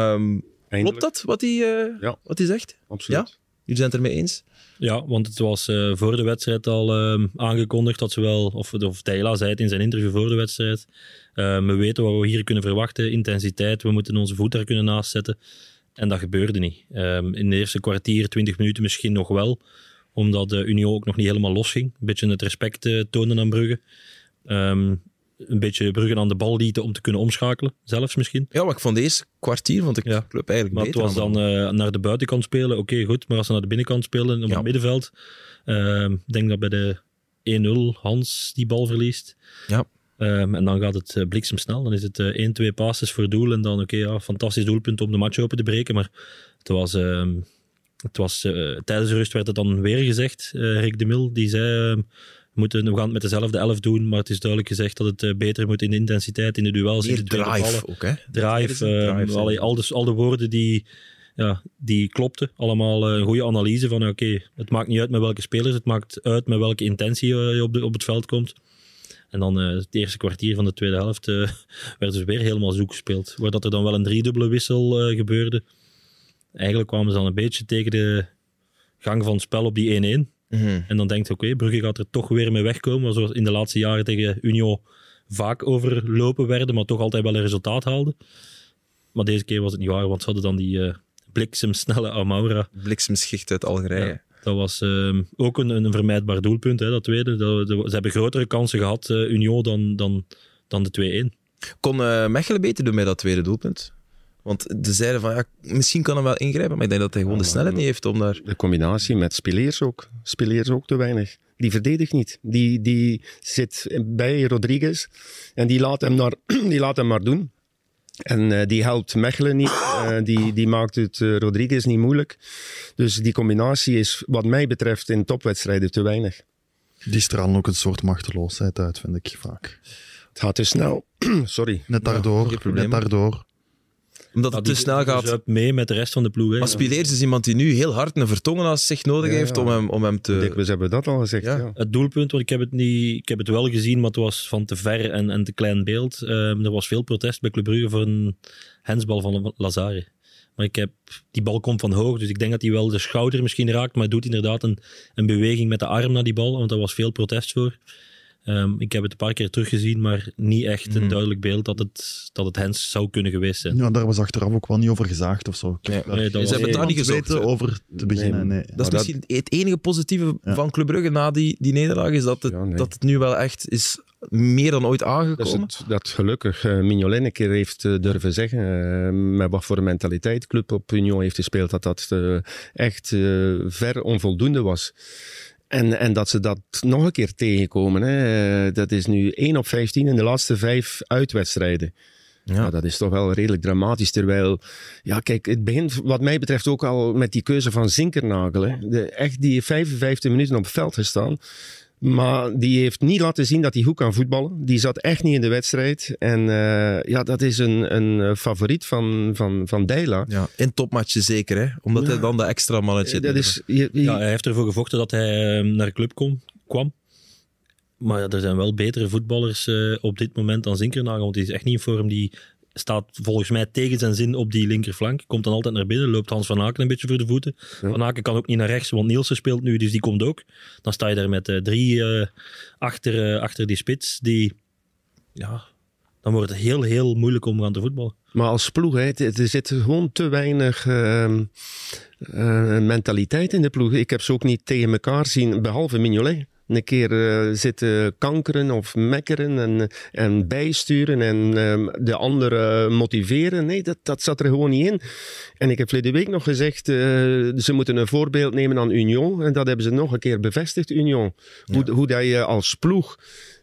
Klopt dat, wat hij zegt? Absoluut. Ja? Jullie zijn het ermee eens? Ja, want het was voor de wedstrijd al aangekondigd dat ze wel, of Deila zei het in zijn interview voor de wedstrijd, we weten wat we hier kunnen verwachten, intensiteit, we moeten onze voet daar kunnen naast zetten. En dat gebeurde niet. In de eerste kwartier, 20 minuten misschien nog wel, omdat de Union ook nog niet helemaal losging. Een beetje het respect tonen aan Brugge. Een beetje Brugge aan de bal lieten om te kunnen omschakelen, zelfs misschien. Ja, maar ik vond deze kwartier vond ik de club eigenlijk Maar het beter. was dan naar de buitenkant spelen, oké, goed. Maar als ze naar de binnenkant spelen, op het middenveld, ik denk dat bij de 1-0 Hans die bal verliest. Ja. En dan gaat het bliksemsnel. Dan is het 1-2 passes voor doel. En dan, fantastisch doelpunt om de match open te breken. Maar het was tijdens de rust werd het dan weer gezegd. Rick de Mil, die zei... we gaan het met dezelfde 11 doen, maar het is duidelijk gezegd dat het beter moet in de intensiteit, in de duels. Meer in de tweede drive ballen. ook, hè? Drive, al de woorden die klopten. Allemaal een goede analyse van het maakt niet uit met welke spelers, het maakt uit met welke intentie je op het veld komt. En dan het eerste kwartier van de tweede helft werden ze weer helemaal zoek gespeeld. Waar dat er dan wel een driedubbele wissel gebeurde. Eigenlijk kwamen ze dan een beetje tegen de gang van het spel op die 1-1. En dan denkt je, oké, Brugge gaat er toch weer mee wegkomen. Zoals in de laatste jaren tegen Union vaak overlopen werden, maar toch altijd wel een resultaat haalden. Maar deze keer was het niet waar, want ze hadden dan die bliksemsnelle Amaura. Bliksemschicht uit Algerije. Ja, dat was ook een vermijdbaar doelpunt, hè, dat tweede. Ze hebben grotere kansen gehad, Union, dan de 2-1. Kon Mechelen beter doen met dat tweede doelpunt? Want ze zeiden van, ja, misschien kan hij wel ingrijpen, maar ik denk dat hij gewoon de snelheid niet heeft om daar... De combinatie met Spileers ook. Spileers ook te weinig. Die verdedigt niet. Die zit bij Rodriguez en die laat hem maar doen. En die helpt Mechelen niet. Die maakt het Rodriguez niet moeilijk. Dus die combinatie is wat mij betreft in topwedstrijden te weinig. Die stralen ook een soort machteloosheid uit, vind ik vaak. Het gaat te snel. Sorry. Net daardoor. Omdat het te snel gaat. Dus mee met de rest van de ploeg. Maar Spileers is iemand die nu heel hard een vertongen als zich nodig heeft om hem te... Dikwijls hebben we dat al gezegd. Ja. Het doelpunt, want ik heb het wel gezien, maar het was van te ver en te klein beeld. Er was veel protest bij Club Brugge voor een hensbal van Lazare. Maar die bal komt van hoog, dus ik denk dat hij wel de schouder misschien raakt, maar hij doet inderdaad een beweging met de arm naar die bal, want daar was veel protest voor. Ik heb het een paar keer teruggezien, maar niet echt een duidelijk beeld dat het hens zou kunnen geweest zijn. Ja, daar was achteraf ook wel niet over gezaagd of zo. Ze hebben het daar niet gezocht over te beginnen. Nee. Dat is misschien het enige positieve van Club Brugge na die nederlaag, is dat het nu wel echt is meer dan ooit aangekomen. Dat gelukkig Mignolet een keer heeft durven zeggen, met wat voor mentaliteit Club op Union heeft gespeeld, dat echt ver onvoldoende was. En dat ze dat nog een keer tegenkomen. Hè. Dat is nu 1 op 15 in de laatste 5 uitwedstrijden. Ja, dat is toch wel redelijk dramatisch. Terwijl, ja, kijk, het begint wat mij betreft ook al met die keuze van Zinkernagel. Hè. Echt die 55 minuten op het veld gestaan. Maar die heeft niet laten zien dat hij goed kan voetballen. Die zat echt niet in de wedstrijd. En dat is een favoriet van Deila. Ja, in topmatchen zeker, hè? Omdat hij dan de extra mannetje... hij heeft ervoor gevochten dat hij naar de club kwam. Maar er zijn wel betere voetballers op dit moment dan Zinkernagel. Want die is echt niet in vorm. Die staat volgens mij tegen zijn zin op die linkerflank. Komt dan altijd naar binnen. Loopt Hans van Aken een beetje voor de voeten. Ja. Van Aken kan ook niet naar rechts, want Nielsen speelt nu. Dus die komt ook. Dan sta je daar met 3 achter die spits. Dan wordt het heel, heel moeilijk om aan te voetballen. Maar als ploeg, er zit gewoon te weinig mentaliteit in de ploeg. Ik heb ze ook niet tegen elkaar zien, behalve Mignolet. Een keer zitten kankeren of mekkeren en bijsturen en de anderen motiveren. Nee, dat zat er gewoon niet in. En ik heb verleden week nog gezegd, ze moeten een voorbeeld nemen aan Union. En dat hebben ze nog een keer bevestigd, Union. Ja. Hoe dat je als ploeg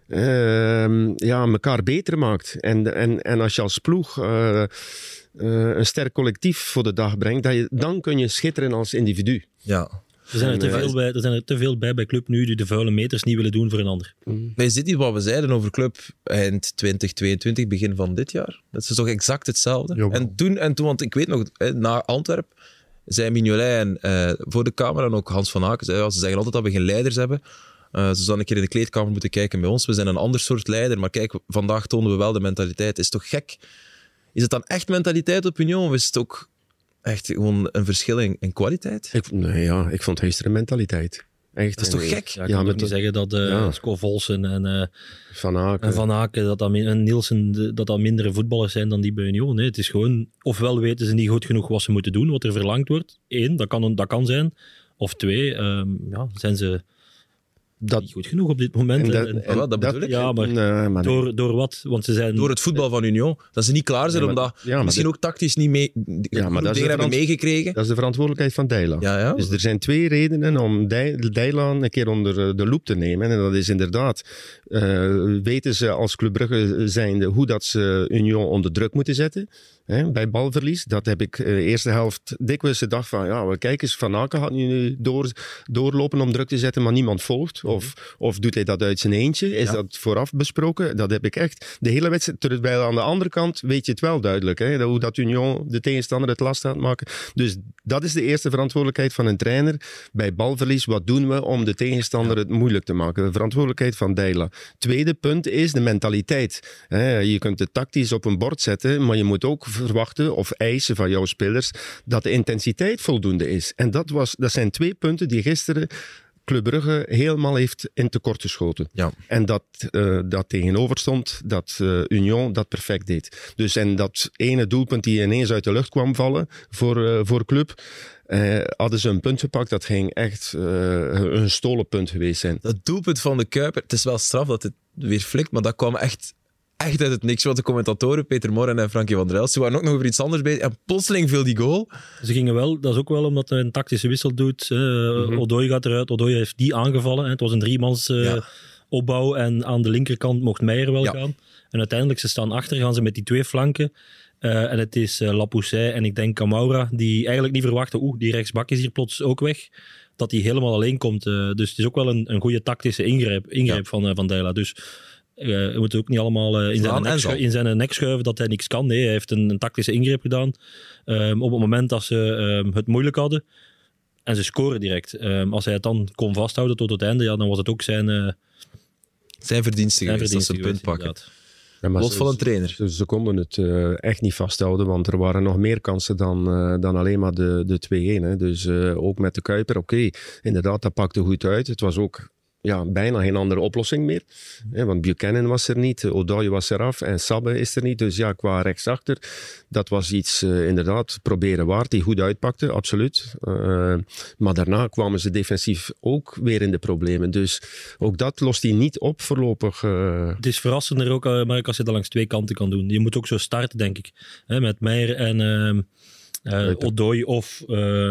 elkaar beter maakt. En als je als ploeg een sterk collectief voor de dag brengt, dan kun je schitteren als individu. Ja. Er zijn er te veel bij Club nu die de vuile meters niet willen doen voor een ander. Maar is dit niet wat we zeiden over Club eind 2022, begin van dit jaar? Dat is toch exact hetzelfde? En toen, want ik weet nog, na Antwerpen zei Mignolet voor de camera en ook Hans van Aken, ze zeggen altijd dat we geen leiders hebben. Ze zouden een keer in de kleedkamer moeten kijken bij ons. We zijn een ander soort leider, maar kijk, vandaag tonen we wel de mentaliteit. Is toch gek? Is het dan echt mentaliteit op Union of is het ook echt gewoon een verschil in kwaliteit? Ik vond Heester een mentaliteit. Echt. Dat is toch gek? Ja, ik kan niet zeggen dat Scovolsen en Van Aken en Nielsen dat mindere voetballers zijn dan die bij Union. Nee, het is gewoon, ofwel weten ze niet goed genoeg wat ze moeten doen, wat er verlangd wordt. 1, dat kan zijn. Of 2, zijn ze niet goed genoeg op dit moment. Dat bedoel ik. Ja, maar door wat? Want ze zijn... Door het voetbal van Union. Dat ze niet klaar zijn, omdat misschien ook tactisch niet mee... dingen hebben meegekregen. Dat is de verantwoordelijkheid van Deila. Ja. Dus er zijn 2 redenen om Deila een keer onder de loep te nemen. En dat is inderdaad... weten ze als Club Brugge zijnde hoe dat ze Union onder druk moeten zetten. Bij balverlies. Dat heb ik de eerste helft dikwijls gedacht van... kijk eens, Van Aken gaat nu doorlopen om druk te zetten, maar niemand volgt. Of doet hij dat uit zijn eentje? Is dat vooraf besproken? Dat heb ik echt. De hele wedstrijd, terwijl aan de andere kant weet je het wel duidelijk. Hè? Hoe dat Union de tegenstander het last gaat maken. Dus dat is de eerste verantwoordelijkheid van een trainer. Bij balverlies, wat doen we om de tegenstander het moeilijk te maken? De verantwoordelijkheid van Deila. Tweede punt is de mentaliteit. Je kunt het tactisch op een bord zetten, maar je moet ook verwachten of eisen van jouw spelers dat de intensiteit voldoende is. En dat zijn 2 punten die gisteren Club Brugge helemaal heeft in tekort geschoten. Ja. En dat tegenover stond dat Union dat perfect deed. Dus en dat ene doelpunt die ineens uit de lucht kwam vallen voor Club, hadden ze een punt gepakt, dat ging echt een gestolen punt geweest zijn. Dat doelpunt van de Kuiper, het is wel straf dat het weer flikt, maar dat kwam echt uit het niks. Want de commentatoren, Peter Morren en Frankie van der Elst, ze waren ook nog over iets anders bezig. En plotseling viel die goal. Ze gingen wel, dat is ook wel omdat hij een tactische wissel doet. Odoi gaat eruit, Odoi heeft die aangevallen. Het was een 3-mans opbouw en aan de linkerkant mocht Meijer wel gaan. En uiteindelijk, ze staan achter, gaan ze met die 2 flanken. En het is Lapoussin en ik denk Camaura, die eigenlijk niet verwachten, die rechtsbak is hier plots ook weg, dat hij helemaal alleen komt. Dus het is ook wel een goede tactische ingreep van Deila. Dus je moet ook niet allemaal in zijn nek schuiven dat hij niks kan. Nee, hij heeft een tactische ingreep gedaan. Op het moment dat ze het moeilijk hadden. En ze scoren direct. Als hij het dan kon vasthouden tot het einde, dan was het ook zijn verdienste geweest dat ze een punt pakken. Ja, los van een trainer. Ze konden het echt niet vasthouden, want er waren nog meer kansen dan alleen maar de 2-1. Hè. Dus ook met de Kuiper, oké, inderdaad, dat pakte goed uit. Het was ook bijna geen andere oplossing meer. Want Buchanan was er niet, Odoi was eraf en Sabbe is er niet. Dus qua rechtsachter, dat was iets inderdaad proberen waard, die goed uitpakte, absoluut. Maar daarna kwamen ze defensief ook weer in de problemen. Dus ook dat lost hij niet op voorlopig. Het is verrassender ook, Mark, als je dat langs 2 kanten kan doen. Je moet ook zo starten, denk ik. Met Meijer en Odoi of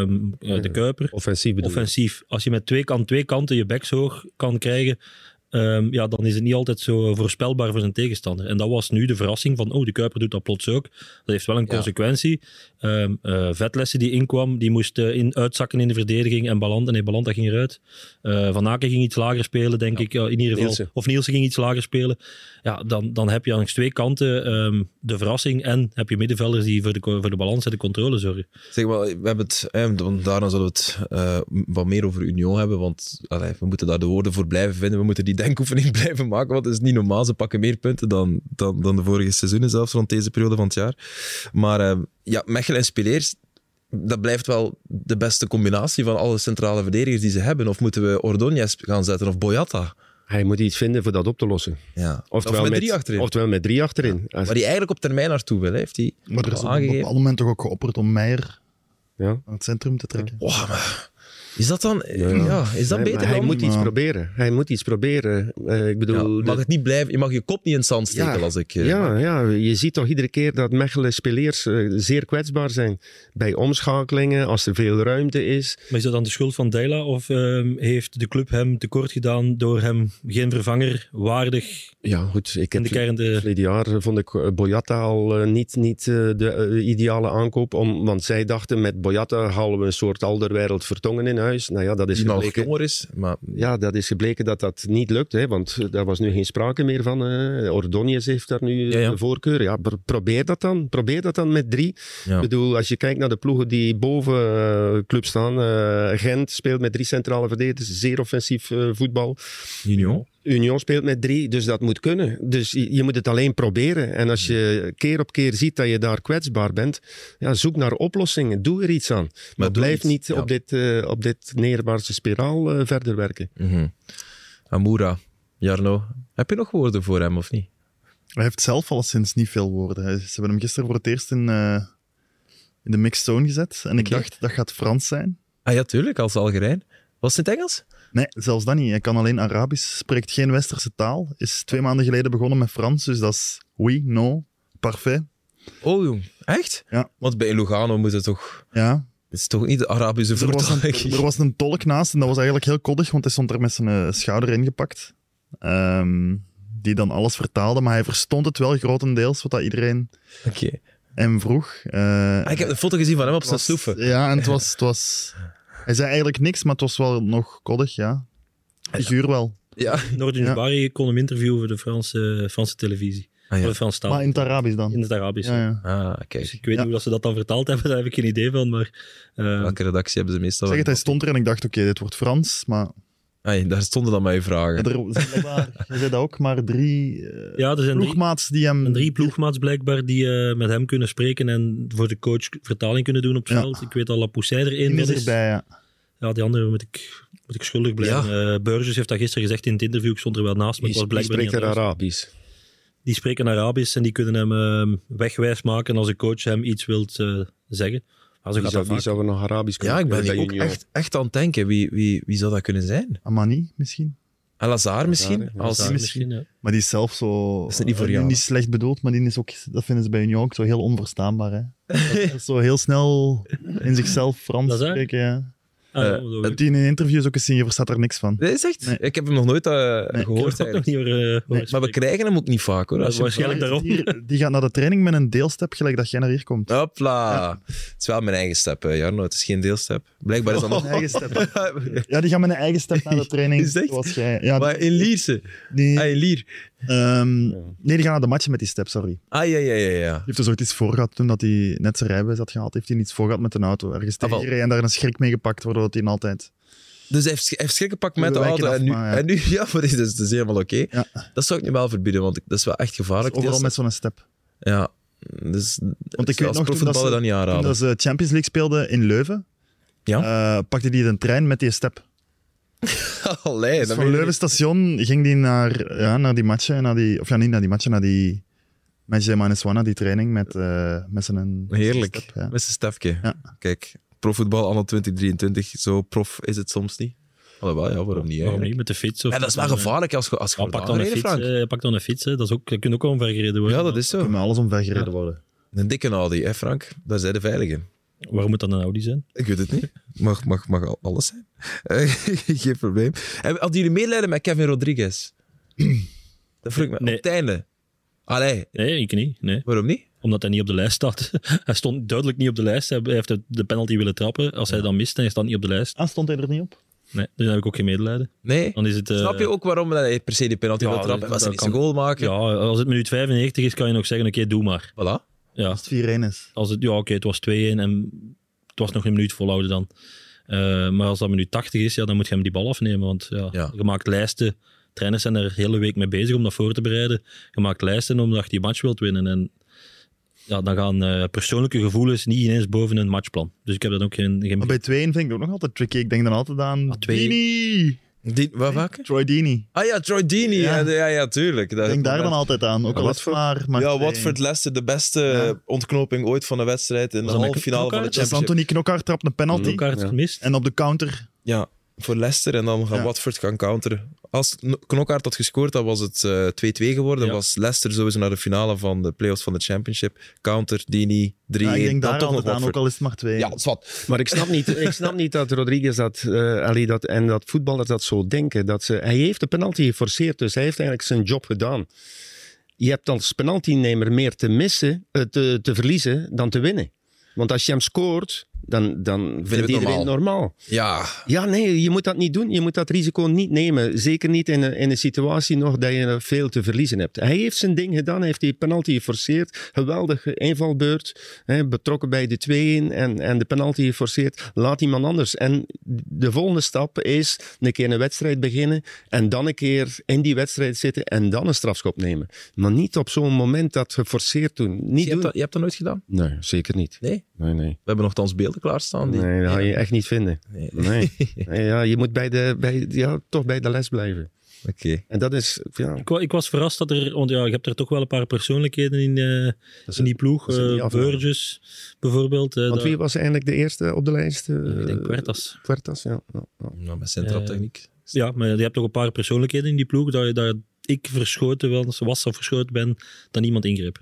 de Kuiper. Offensief. Als je met 2 kanten je backs hoog kan krijgen, dan is het niet altijd zo voorspelbaar voor zijn tegenstander. En dat was nu de verrassing van, de Kuiper doet dat plots ook. Dat heeft wel een consequentie. Vetlessen die inkwam, die moest uitzakken in de verdediging en Balanta ging eruit. Van Aken ging iets lager spelen, denk ik, in ieder geval. Nielsen. Of Nielsen ging iets lager spelen. Ja, dan heb je langs 2 kanten de verrassing en heb je middenvelders die voor de balans en de controle zorgen. Zeg maar, we hebben het, daarna zullen we het wat meer over Union hebben, want we moeten daar de woorden voor blijven vinden. We moeten die denkoefening blijven maken, want het is niet normaal. Ze pakken meer punten dan de vorige seizoenen, zelfs rond deze periode van het jaar. Maar Mechelen en Spileers, dat blijft wel de beste combinatie van alle centrale verdedigers die ze hebben. Of moeten we Ordóñez gaan zetten of Boyata? Hij moet iets vinden voor dat op te lossen. Ja. Oftewel met 3 achterin. Ja. Maar die eigenlijk op termijn naartoe wil, heeft hij. Maar er is op een bepaald moment toch ook geopperd om Meijer aan het centrum te trekken. Maar is dat dan... is dat beter dan? Hij moet iets proberen. Hij moet iets proberen. Ik bedoel... het niet blijven... Je mag je kop niet in het zand steken als ik... je ziet toch iedere keer dat Mechelen Spileers zeer kwetsbaar zijn. Bij omschakelingen, als er veel ruimte is. Maar is dat dan de schuld van Deila? Of heeft de club hem tekort gedaan door hem geen vervanger waardig... Ja, goed. Verleden jaar vond ik Boyata al niet de ideale aankoop. Want zij dachten, met Boyata halen we een soort Alderweireld Vertongen in huis. Nou ja, dat is die nog jonger is. Maar... Ja, dat is gebleken dat niet lukt. Hè, want daar was nu geen sprake meer van. Ordóñez heeft daar nu de voorkeur. Ja, probeer dat dan. Probeer dat dan met 3. Ja. Ik bedoel, als je kijkt naar de ploegen die boven club staan. Gent speelt met 3 centrale verdedigers. Zeer offensief voetbal. Union speelt met 3, dus dat moet kunnen. Dus je moet het alleen proberen. En als je keer op keer ziet dat je daar kwetsbaar bent, zoek naar oplossingen. Doe er iets aan. Maar blijf niet op dit neerwaartse spiraal verder werken. Mm-hmm. Amoura, Jarno, heb je nog woorden voor hem of niet? Hij heeft zelf al sinds niet veel woorden. Ze hebben hem gisteren voor het eerst in de mixed zone gezet. En ik dacht, dat gaat Frans zijn. Ah ja, tuurlijk, als Algerijn. Was het in het Engels? Nee, zelfs dat niet. Hij kan alleen Arabisch, spreekt geen westerse taal. Is 2 maanden geleden begonnen met Frans, dus dat is oui, non, parfait. Oh jong, echt? Ja. Want bij Lugano moet het toch... Ja. Het is toch niet de Arabische vertaling? Er was een tolk naast en dat was eigenlijk heel koddig, want hij stond er met zijn schouder ingepakt. Die dan alles vertaalde, maar hij verstond het wel grotendeels, wat dat iedereen hem vroeg. Ik heb een foto gezien van hem op zijn sloeven. Ja, en het was... Hij zei eigenlijk niks, maar het was wel nog koddig, ja. Figuur wel. Ja. Noordin Jabari kon hem interviewen voor de Franse televisie. Ah, ja. Voor de Franse taal. Maar in het Arabisch dan. In het Arabisch. Ja. Ah, kijk. Dus ik weet niet hoe dat ze dat dan vertaald hebben, daar heb ik geen idee van. Maar, Welke redactie hebben ze meestal? Zeg het, hij stond er en ik dacht, oké, dit wordt Frans, maar Daar stonden dan mijn vragen. er zijn blijkbaar, je zei dat ook, maar 3 er zijn ploegmaats die hem... 3 ploegmaats blijkbaar die met hem kunnen spreken en voor de coach vertaling kunnen doen op het Ja. veld. Ik weet dat Lapoussin er één Die is is. erbij, ja. Ja, die andere moet ik schuldig blijven. Burgess heeft dat gisteren gezegd in het interview. Ik stond er wel naast, maar ik was Die blijkbaar spreekt niet er aan het Arabisch. Die spreken Arabisch en die kunnen hem wegwijs maken als een coach hem iets wilt zeggen. Maar zo gaat dat Wie vaak. zou er nog Arabisch kunnen Ja, ik ben bij hier ook Union? echt aan het denken. Wie zou dat kunnen zijn? Amani misschien. Al-Azhar misschien? ja. Als, Ja, misschien, ja. Maar die is zelf zo... Dat is niet voor jou. Niet slecht bedoeld, maar die is ook, dat vinden ze bij Union ook zo heel onverstaanbaar. Hè? Dat is zo heel snel in zichzelf Frans Dat is waar? spreken. Ja. Dat Die in interviews ook eens zien, je verstaat er niks van. Dat is echt... Nee. Ik heb hem nog nooit heb gehoord. ik ook nog eigenlijk. niet horen Maar we spreken. krijgen hem ook niet vaak, hoor. Dat Als is je waarschijnlijk daarom. Die gaat naar de training met een deelstep, gelijk dat jij naar hier komt. Hopla. Het is wel mijn eigen step, Jarno. Het is geen deelstep. Blijkbaar is dat nog... Een eigen step. Ja, die gaan met een eigen step naar de training, Is het echt? zoals jij. Ja, Maar in Lierse. die, Ah, in Lier. nee, die gaan naar de matchen met die step, sorry. Ah, ja. Die heeft dus ooit iets voor gehad toen dat hij net zijn rijbewijs had gehaald. Heeft hij iets voor gehad met een auto. Ergens wel. tegengereden en daar een schrik mee gepakt, waardoor hij altijd... Dus hij heeft schrik gepakt met de We wijken auto. af, maar ja. En nu, ja, maar dat is helemaal oké. Ja. Dat zou ik niet wel verbieden, want dat is wel echt gevaarlijk. Overal met zo'n step. Ja. Dus, Want ik weet als nog, toen dat profvoetballer ze, dan niet toen aanraden. dat ze Champions League speelden in Leuven, pakte hij de trein met die step. Allee, Dus dat van meen je Leuven station ging hij naar die matchen, niet naar die matchen, naar die Match Minus One, naar die training met zijn niet. Heerlijk. step, ja. Met zijn stefje. Ja. Kijk, profvoetbal anno 2023, zo prof is het soms niet. Alhoewel, ja, waarom niet? Waarom eigenlijk? niet? Met de fiets? Of Ja, dat is wel gevaarlijk als je Ja, wordt pak dan een aangereden, fiets. Frank. Pak dan een fiets. Hè. Dat kan ook omvergereden worden. Ja, dat is Kan zo. met alles omvergereden worden. Een dikke Audi, hè Frank? Daar zijn de veiligen. Waarom moet dat een Audi zijn? Ik weet het niet. Mag alles zijn. Geen probleem. En hadden jullie medelijden met Kevin Rodriguez? Dat vroeg ik me. Nee. Op het einde. Allee, Nee, ik niet. Nee. waarom niet? Omdat hij niet op de lijst staat. Hij stond duidelijk niet op de lijst. Hij heeft de penalty willen trappen. Als hij dan mist en hij staat niet op de lijst. Stond hij er niet op? Nee, dus dan heb ik ook geen medelijden. Nee? Dan is het, Snap je ook waarom hij per se die penalty wil trappen? dat Was hij niet zijn kan- goal maken? Ja, als het minuut 95 is, kan je nog zeggen, oké, doe maar. Voilà. Ja, Als het 4-1 is. als het, ja oké, het was 2-1 en het was nog een minuut volhouden dan. Maar als dat minuut 80 is, ja, dan moet je hem die bal afnemen. Want Ja. je maakt lijsten. Trainers zijn er de hele week mee bezig om dat voor te bereiden. Je maakt lijsten omdat je die match wilt winnen. En ja, dan gaan persoonlijke gevoelens niet ineens boven een matchplan. Dus ik heb dat ook geen Maar bij 2-1 vind ik het ook nog altijd tricky. Ik denk dan altijd aan 2-1. Deeney. Wat vaak? Troy Deeney. Ah ja, Troy Deeney. Ja. Ja, tuurlijk. Ik denk daar dan altijd aan. Ook al is het maar Ja, 2-1. Watford Leicester, de beste Ja. ontknoping ooit van een wedstrijd in de Was dat een halve finale van de knockout? Dus Championship. Anthony Knokkaert trapt een penalty. kaart Ja. gemist. En op de counter... Ja, voor Leicester en dan gaat Ja. Watford gaan counteren. Als Knokkaert had gescoord, dan was het 2-2 geworden. Ja. Was Leicester sowieso naar de finale van de playoffs van de Championship. Counter, Deeney, 3-1. Ja, ik denk dan daar toch nog altijd aan, Watford. ook al is het maar 2. Ja, dat is wat. Maar ik snap niet dat Rodriguez dat voetballers dat zo denken. Hij heeft de penalty geforceerd, dus hij heeft eigenlijk zijn job gedaan. Je hebt als penaltynemer meer te missen, te verliezen dan te winnen. Want als je hem scoort, dan vindt het iedereen normaal. Ja, Ja, nee, je moet dat niet doen. Je moet dat risico niet nemen. Zeker niet in een situatie nog dat je veel te verliezen hebt. Hij heeft zijn ding gedaan. Hij heeft die penalty geforceerd. Geweldige invalbeurt. Betrokken bij de 2-1 en de penalty geforceerd. Laat iemand anders. En de volgende stap is een keer een wedstrijd beginnen. En dan een keer in die wedstrijd zitten. En dan een strafschop nemen. Maar niet op zo'n moment dat geforceerd doen. Niet doen. je hebt dat nooit gedaan? Nee, zeker niet. Nee? Nee. We hebben nogthans beelden klaarstaan. Die... Nee, dat ga je echt niet vinden. Nee. Nee. Nee, ja, je moet toch bij de les blijven. Oké. En dat is, ja, Ik was verrast dat er, want ja, je hebt er toch wel een paar persoonlijkheden in die ploeg. dat is niet afhalen. Burgess bijvoorbeeld. want wie was eigenlijk de eerste op de lijst? Ik denk Puertas. Puertas, ja. Nou, met centraaltechniek. Ja, maar je hebt toch een paar persoonlijkheden in die ploeg dat ik verschoten was of verschoten ben, dat niemand ingreep.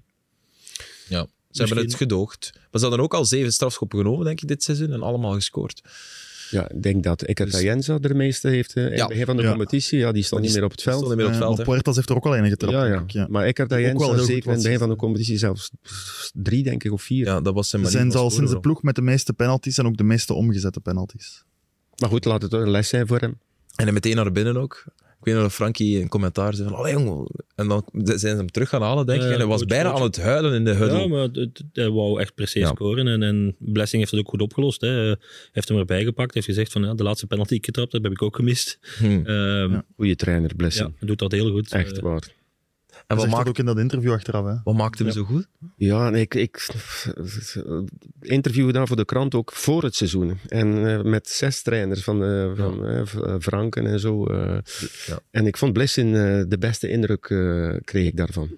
Ja. Ze hebben het gedoogd. Maar ze hadden ook al 7 strafschoppen genomen, denk ik, dit seizoen. En allemaal gescoord. Ja, ik denk dat Ekatayensa de meeste heeft in het begin van de Ja. competitie. Ja, die stond niet meer op het Stond veld. niet meer op het veld, maar hè. Puertas heeft er ook al een getrapt. Ja, denk ja. ik, ja. Maar Ook Ekatayensa wel heel zeker goed in het begin van de was. competitie zelfs 3, denk ik, of 4. Ja, dat was zijn Ze manier zijn van al scoren sinds de wel. ploeg met de meeste penalties en ook de meeste omgezette penalties. Maar goed, laat het een les zijn voor hem. En hij meteen naar binnen ook. Ik weet nog dat Frankie een commentaar zei van, allee jongen. En dan zijn ze hem terug gaan halen, denk ik. En hij was bijna aan het huilen in de huddle. Ja, maar hij wou echt precies scoren. En Blessing heeft het ook goed opgelost. Hè. Hij heeft hem erbij gepakt. Hij heeft gezegd van, de laatste penalty die ik getrapt heb ik ook gemist. Goeie trainer, Blessing. Ja, hij doet dat heel goed. Echt waar. En wat maakt ook in dat interview achteraf? Hè? Wat maakte hem zo goed? Ja, ik interviewde daar voor de krant ook voor het seizoen. En met 6 trainers van Franken en zo. En ik vond Blessing de beste indruk kreeg ik daarvan.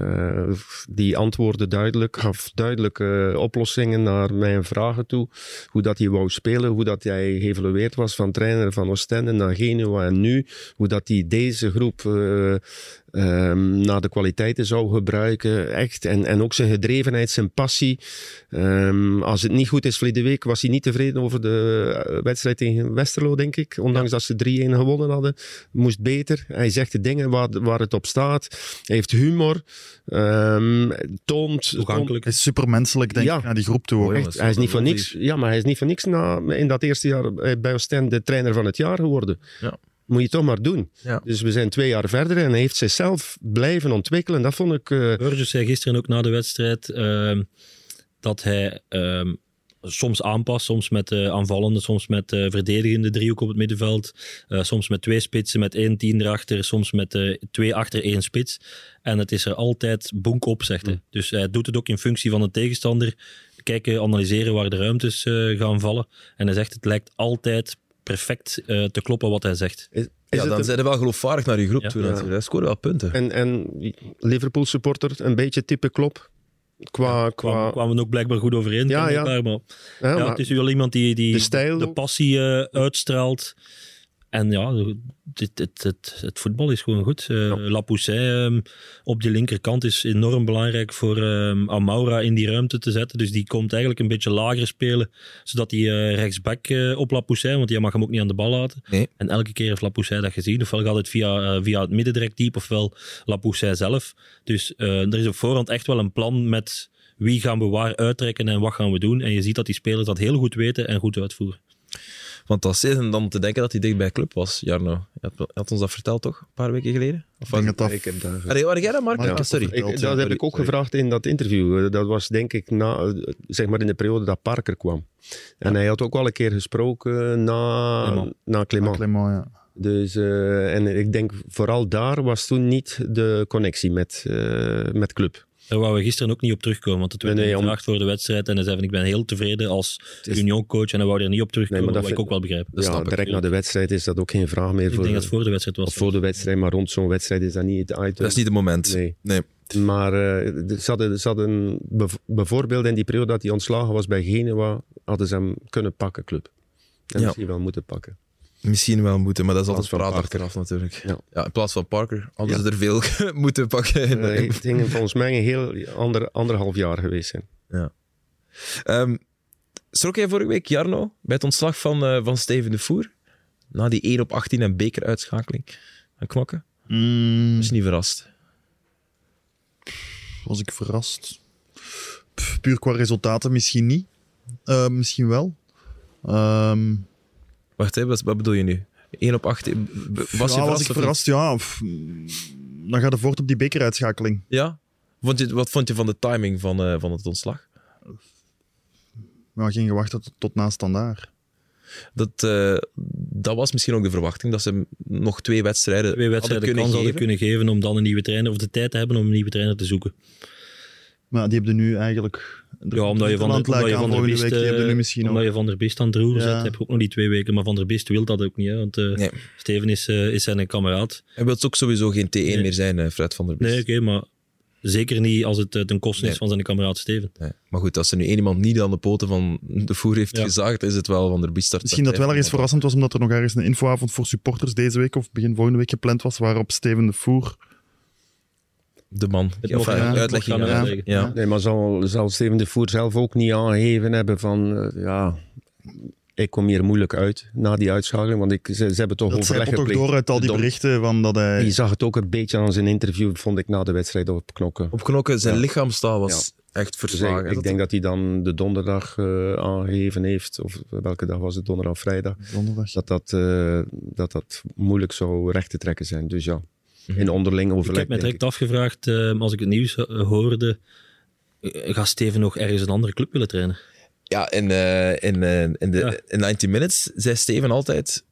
Die antwoordde duidelijk, gaf duidelijke oplossingen naar mijn vragen toe. Hoe dat hij wou spelen, hoe dat hij geëvolueerd was van trainer van Oostende naar Genua en nu. Hoe dat hij deze groep naar de kwaliteiten zou gebruiken. Echt. En ook zijn gedrevenheid, zijn passie. Als het niet goed is, verleden week was hij niet tevreden over de wedstrijd tegen Westerlo, denk ik. Ondanks dat ze 3-1 gewonnen hadden. Moest beter. Hij zegt de dingen waar het op staat. Hij heeft humor. Toegankelijk. Hij is supermenselijk, denk ik, naar die groep toe. Echt, hij is niet voor niks. Ja, maar hij is niet voor niks in dat eerste jaar bij Oostende trainer van het jaar geworden. Ja. Moet je toch maar doen. Ja. Dus we zijn 2 jaar verder en hij heeft zichzelf blijven ontwikkelen. Dat vond ik... Burgess zei gisteren ook na de wedstrijd dat hij soms aanpast, soms met aanvallende, soms met verdedigende driehoek op het middenveld, soms met 2 spitsen, met 1 10 erachter, soms met 2 achter 1 spits. En het is er altijd bonk op, zegt hij. Dus hij doet het ook in functie van de tegenstander. Kijken, analyseren waar de ruimtes gaan vallen. En hij zegt, het lijkt altijd perfect te kloppen wat hij zegt. Dan zijn ze wel geloofwaardig naar je groep toe. Natuurlijk. Hij scoorde wel punten. En Liverpool supporter, een beetje type Klopp. Kwamen we ook blijkbaar goed overeen. Ja. Maar het is wel iemand die de passie uitstraalt. En ja, het voetbal is gewoon goed. Lapoussin op die linkerkant is enorm belangrijk voor Amaura in die ruimte te zetten. Dus die komt eigenlijk een beetje lager spelen, zodat hij rechtsback op Lapoussin, want die mag hem ook niet aan de bal laten. Nee. En elke keer heeft Lapoussin dat gezien. Ofwel gaat het via het midden direct diep, ofwel Lapoussin zelf. Dus er is op voorhand echt wel een plan met wie gaan we waar uittrekken en wat gaan we doen. En je ziet dat die spelers dat heel goed weten en goed uitvoeren. Fantastisch. En dan te denken dat hij dicht bij club was, Jarno. Je had ons dat verteld, toch? Een paar weken geleden? Of was het af? Waar jij dat, Mark? Ja, sorry. Dat heb ik ook gevraagd in dat interview. Dat was denk ik zeg maar in de periode dat Parker kwam. En hij had ook wel een keer gesproken na Clément. Ja. Dus, en ik denk vooral daar was toen niet de connectie met club. Daar wou we gisteren ook niet op terugkomen, want het werd gevraagd voor de wedstrijd en hij zei van ik ben heel tevreden als Union-coach en hij wou er niet op terugkomen, wat ik ook wel begrijp. Direct na de wedstrijd is dat ook geen vraag meer. Ik denk dat het voor de wedstrijd was. Voor de wedstrijd, maar rond zo'n wedstrijd is dat niet het item. Dat is niet het moment. Nee. Maar ze hadden bijvoorbeeld in die periode dat hij ontslagen was bij Genua, hadden ze hem kunnen pakken, club. En misschien wel moeten pakken. Misschien wel moeten, maar dat is altijd praat achteraf natuurlijk. Ja, in plaats van Parker hadden ze er veel moeten pakken. Nee, het ging volgens mij een heel anderhalf jaar geweest zijn. Ja. Schrok jij vorige week, Jarno, bij het ontslag van Steven de Voer? Na die 1-18 en bekeruitschakeling aan Knokke? Was je niet verrast? Was ik verrast? Puur qua resultaten misschien niet. Misschien wel. Wacht, wat bedoel je nu? 1-18? Was ik verrast? Ja. Dan gaat er voort op die bekeruitschakeling. Ja? Wat vond je van de timing van het ontslag? We gingen wachten tot na Standaard. Dat was misschien ook de verwachting, dat ze nog 2 wedstrijden hadden kunnen geven om dan een nieuwe trainer, of de tijd te hebben om een nieuwe trainer te zoeken. Maar die hebben nu eigenlijk... Omdat je Van der Bist aan het roer zet, heb je ook nog die 2 weken. Maar Van der Bist wil dat ook niet, hè, want Steven is zijn kameraad. Hij wil ook sowieso geen T1 meer zijn, Fred Van der Bist. Nee, oké, maar zeker niet als het ten koste is van zijn kameraad Steven. Nee. Maar goed, als er nu één iemand niet aan de poten van de Voer heeft gezaagd, is het wel Van der Bist. Misschien dat wel ergens verrassend was, omdat er nog ergens een infoavond voor supporters deze week of begin volgende week gepland was, waarop Steven de Voer... De man. Uitleg. Nee, maar zal Steven de Voer zelf ook niet aangegeven hebben van... ik kom hier moeilijk uit na die uitschakeling, want ze hebben toch Dat overleg zijpelt toch gepleegd. door uit al die berichten van dat hij... Je zag het ook een beetje aan zijn interview, vond ik, na de wedstrijd op Knokken. Op Knokken, zijn lichaamstaal was echt Dus verslagen. ik denk dat hij dan de donderdag aangegeven heeft, of welke dag was het, donderdag of vrijdag, Donderdag. dat moeilijk zou recht te trekken zijn. Dus ja, in onderling overleg. Ik heb me denk direct afgevraagd, als ik het nieuws hoorde, gaat Steven nog ergens een andere club willen trainen? Ja, in 90 Minutes zei Steven altijd...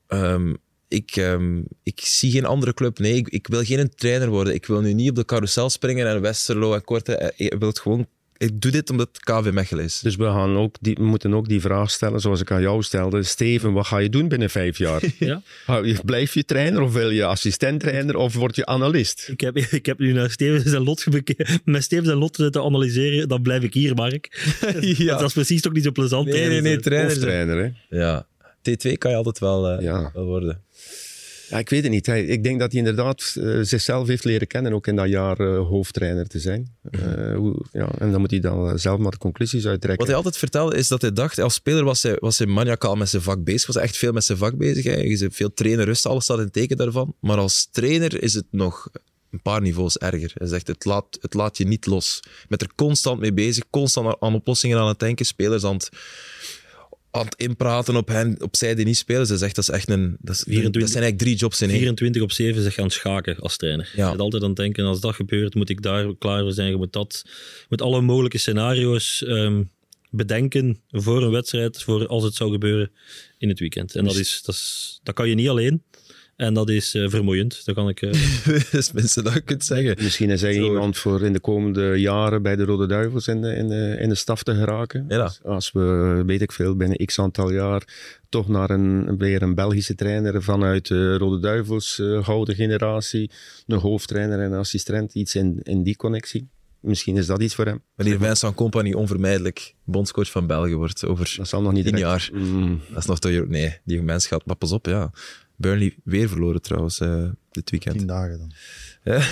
Ik zie geen andere club. Nee, ik wil geen trainer worden. Ik wil nu niet op de carousel springen en Westerlo en Korte. Ik wil het gewoon... Ik doe dit omdat het KV Mechelen is. Dus we moeten ook die vraag stellen, zoals ik aan jou stelde. Steven, wat ga je doen binnen 5 jaar? Ja? Blijf je trainer of wil je assistent-trainer of word je analist? Ik heb nu naar Steven zijn lot met Steven zijn lot te analyseren. Dan blijf ik hier, Mark. Ja. Dat is precies toch niet zo plezant. Nee, trainer. Of trainer, hè? Ja. T2 kan je altijd wel Ja. worden. Ja, ik weet het niet. Ik denk dat hij inderdaad zichzelf heeft leren kennen, ook in dat jaar hoofdtrainer te zijn. En dan moet hij dan zelf maar de conclusies uittrekken. Wat hij altijd vertelde is dat hij dacht, als speler was hij maniacaal met zijn vak bezig. Was hij echt veel met zijn vak bezig. Hè. Je ziet veel trainen, rust, alles staat in het teken daarvan. Maar als trainer is het nog een paar niveaus erger. Hij zegt, het laat je niet los. Met er constant mee bezig, constant aan oplossingen aan het denken, spelers aan het inpraten op zij die niet spelen. Ze zegt, dat is echt dat zijn eigenlijk 3 jobs in 1. 24/7 zeg gaan schaken als trainer. Ja. Je bent altijd aan het denken, als dat gebeurt, moet ik daar klaar voor zijn. Je moet alle mogelijke scenario's bedenken voor een wedstrijd, voor als het zou gebeuren in het weekend. En dat kan je niet alleen. En dat is vermoeiend. Dat kan ik... Dat is minstens dat je kunt zeggen. Misschien is hij iemand voor in de komende jaren bij de Rode Duivels in de staf te geraken. Ja. Dus als we, weet ik veel, binnen x aantal jaar toch naar weer een Belgische trainer vanuit de Rode Duivels, gouden generatie, een hoofdtrainer en een assistent, iets in die connectie. Misschien is dat iets voor hem. Wanneer Vincent Kompany onvermijdelijk bondscoach van België wordt over Dat zal nog niet 10 direct. jaar. Dat is nog toch... Nee, die mens gaat... Maar pas op, ja. Burnley weer verloren trouwens dit weekend. 10 dagen dan. Ja.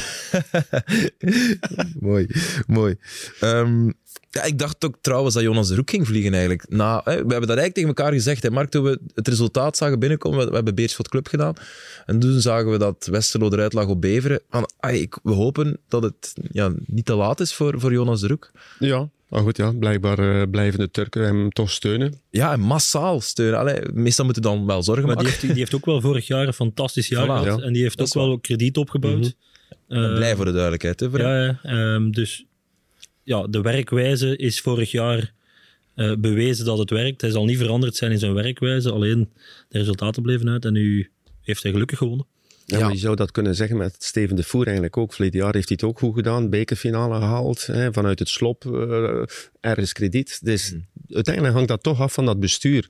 Mooi. Ja, ik dacht ook trouwens dat Jonas de Roek ging vliegen eigenlijk. We hebben dat eigenlijk tegen elkaar gezegd. Hè, Mark, toen we het resultaat zagen binnenkomen, we hebben Beerschot Club gedaan. En toen zagen we dat Westerlo eruit lag op Beveren. We hopen dat het niet te laat is voor Jonas de Roek. Ja, maar goed, ja. Blijkbaar blijven de Turken hem toch steunen. Ja, en massaal steunen. Meestal moeten we dan wel zorgen Maar maken. die heeft ook wel vorig jaar een fantastisch jaar Voilà, gehad. ja. En die heeft Dat ook is wel krediet opgebouwd. Blij voor de duidelijkheid. Hè, voor hem. Dus ja, de werkwijze is vorig jaar bewezen dat het werkt. Hij zal niet veranderd zijn in zijn werkwijze. Alleen de resultaten bleven uit. En nu heeft hij gelukkig gewonnen. Ja, Ja. maar je zou dat kunnen zeggen met Steven de Voer eigenlijk ook. Verleden jaar heeft hij het ook goed gedaan. Bekerfinale gehaald. Vanuit het slop ergens krediet. Dus uiteindelijk hangt dat toch af van dat bestuur.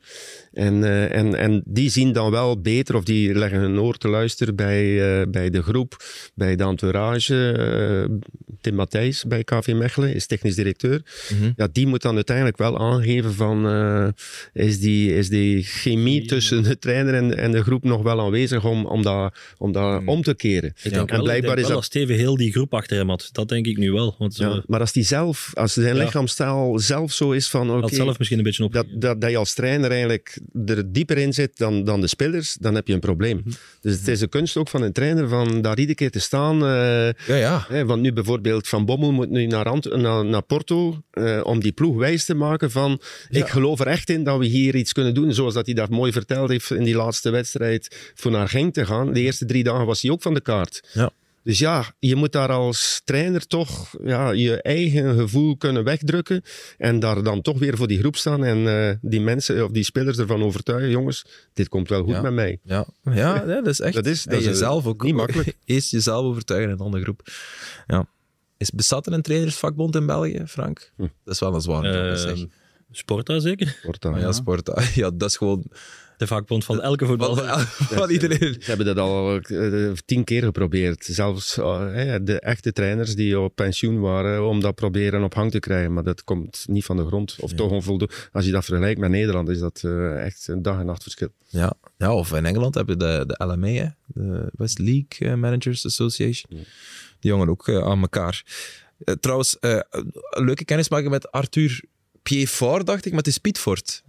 En die zien dan wel beter, of die leggen hun oor te luisteren bij de groep, bij de entourage. Tim Matthijs bij KV Mechelen is technisch directeur. Ja, die moet dan uiteindelijk wel aangeven van is die chemie tussen de trainer en de groep nog wel aanwezig om dat om te keren. Ik denk en blijkbaar is dat Steven heel die groep achter hem had. Dat denk ik nu wel. Want Ja, maar als zijn lichaamstaal zelf zo is van had zelf misschien een beetje op. dat je als trainer eigenlijk er dieper in zit dan de spelers, dan heb je een probleem. Dus het is een kunst ook van een trainer van daar iedere keer te staan. Want nu bijvoorbeeld Van Bommel moet nu naar Porto om die ploeg wijs te maken van ik geloof er echt in dat we hier iets kunnen doen, zoals dat hij daar mooi verteld heeft in die laatste wedstrijd voor naar Genk te gaan. De eerste 3 dagen was hij ook van de kaart. Ja. Dus ja, je moet daar als trainer toch je eigen gevoel kunnen wegdrukken en daar dan toch weer voor die groep staan en die mensen of die spelers ervan overtuigen, jongens, dit komt wel goed met mij. Ja, dat is echt... Dat is jezelf ook niet makkelijk. Eerst jezelf overtuigen en dan de groep. Ja. Bestaat er een trainersvakbond in België, Frank? Dat is wel een zware job, zeg. Sporta zeker? Ja, Sporta. Ja, dat is gewoon... De vakbond van elke voetballer. Van iedereen. Ze hebben dat al 10 keer geprobeerd. Zelfs de echte trainers die op pensioen waren, om dat proberen op hang te krijgen. Maar dat komt niet van de grond. Of toch onvoldoende. Als je dat vergelijkt met Nederland, is dat echt een dag en nacht verschil. Ja, of in Engeland hebben we de LMA, hè? De West League Managers Association. Die jongen ook aan elkaar. Trouwens, een leuke kennismaking met Arthur Piedfort, dacht ik, met de Speedfort.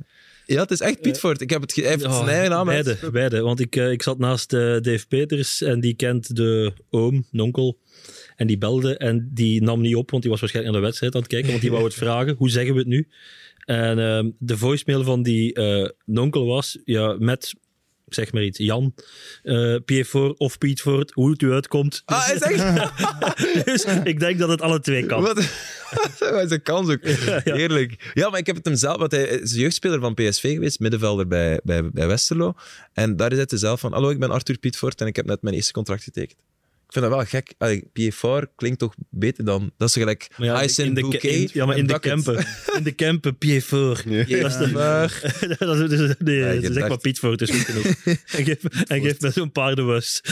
Ja, het is echt Pietvoort. Ik heb hij heeft zijn eigen naam beide. Want ik zat naast Dave Peters en die kent de oom, nonkel. En die belde en die nam niet op, want die was waarschijnlijk naar de wedstrijd aan het kijken, want die wou het vragen. Hoe zeggen we het nu? En de voicemail van die nonkel was, ja, met... zeg maar iets, Jan, Pietvoort of Pietvoort, hoe het u uitkomt. Ah, hij zegt... Dus ik denk dat het alle twee kan. Wat? Hij is een kans ook. Heerlijk. Ja, maar ik heb het hem zelf, want hij is jeugdspeler van PSV geweest, middenvelder bij Westerlo. En daar is hij zelf van, hallo, ik ben Arthur Pietvoort en ik heb net mijn eerste contract getekend. Ik vind dat wel gek. Pietvoort klinkt toch beter dan... Dat is gelijk Hyacinth Bouquet. Maar in de Kempen, Pietvoort. Dat is zeg maar Pietvoort, dus goed genoeg. En geef me zo'n paardenwust.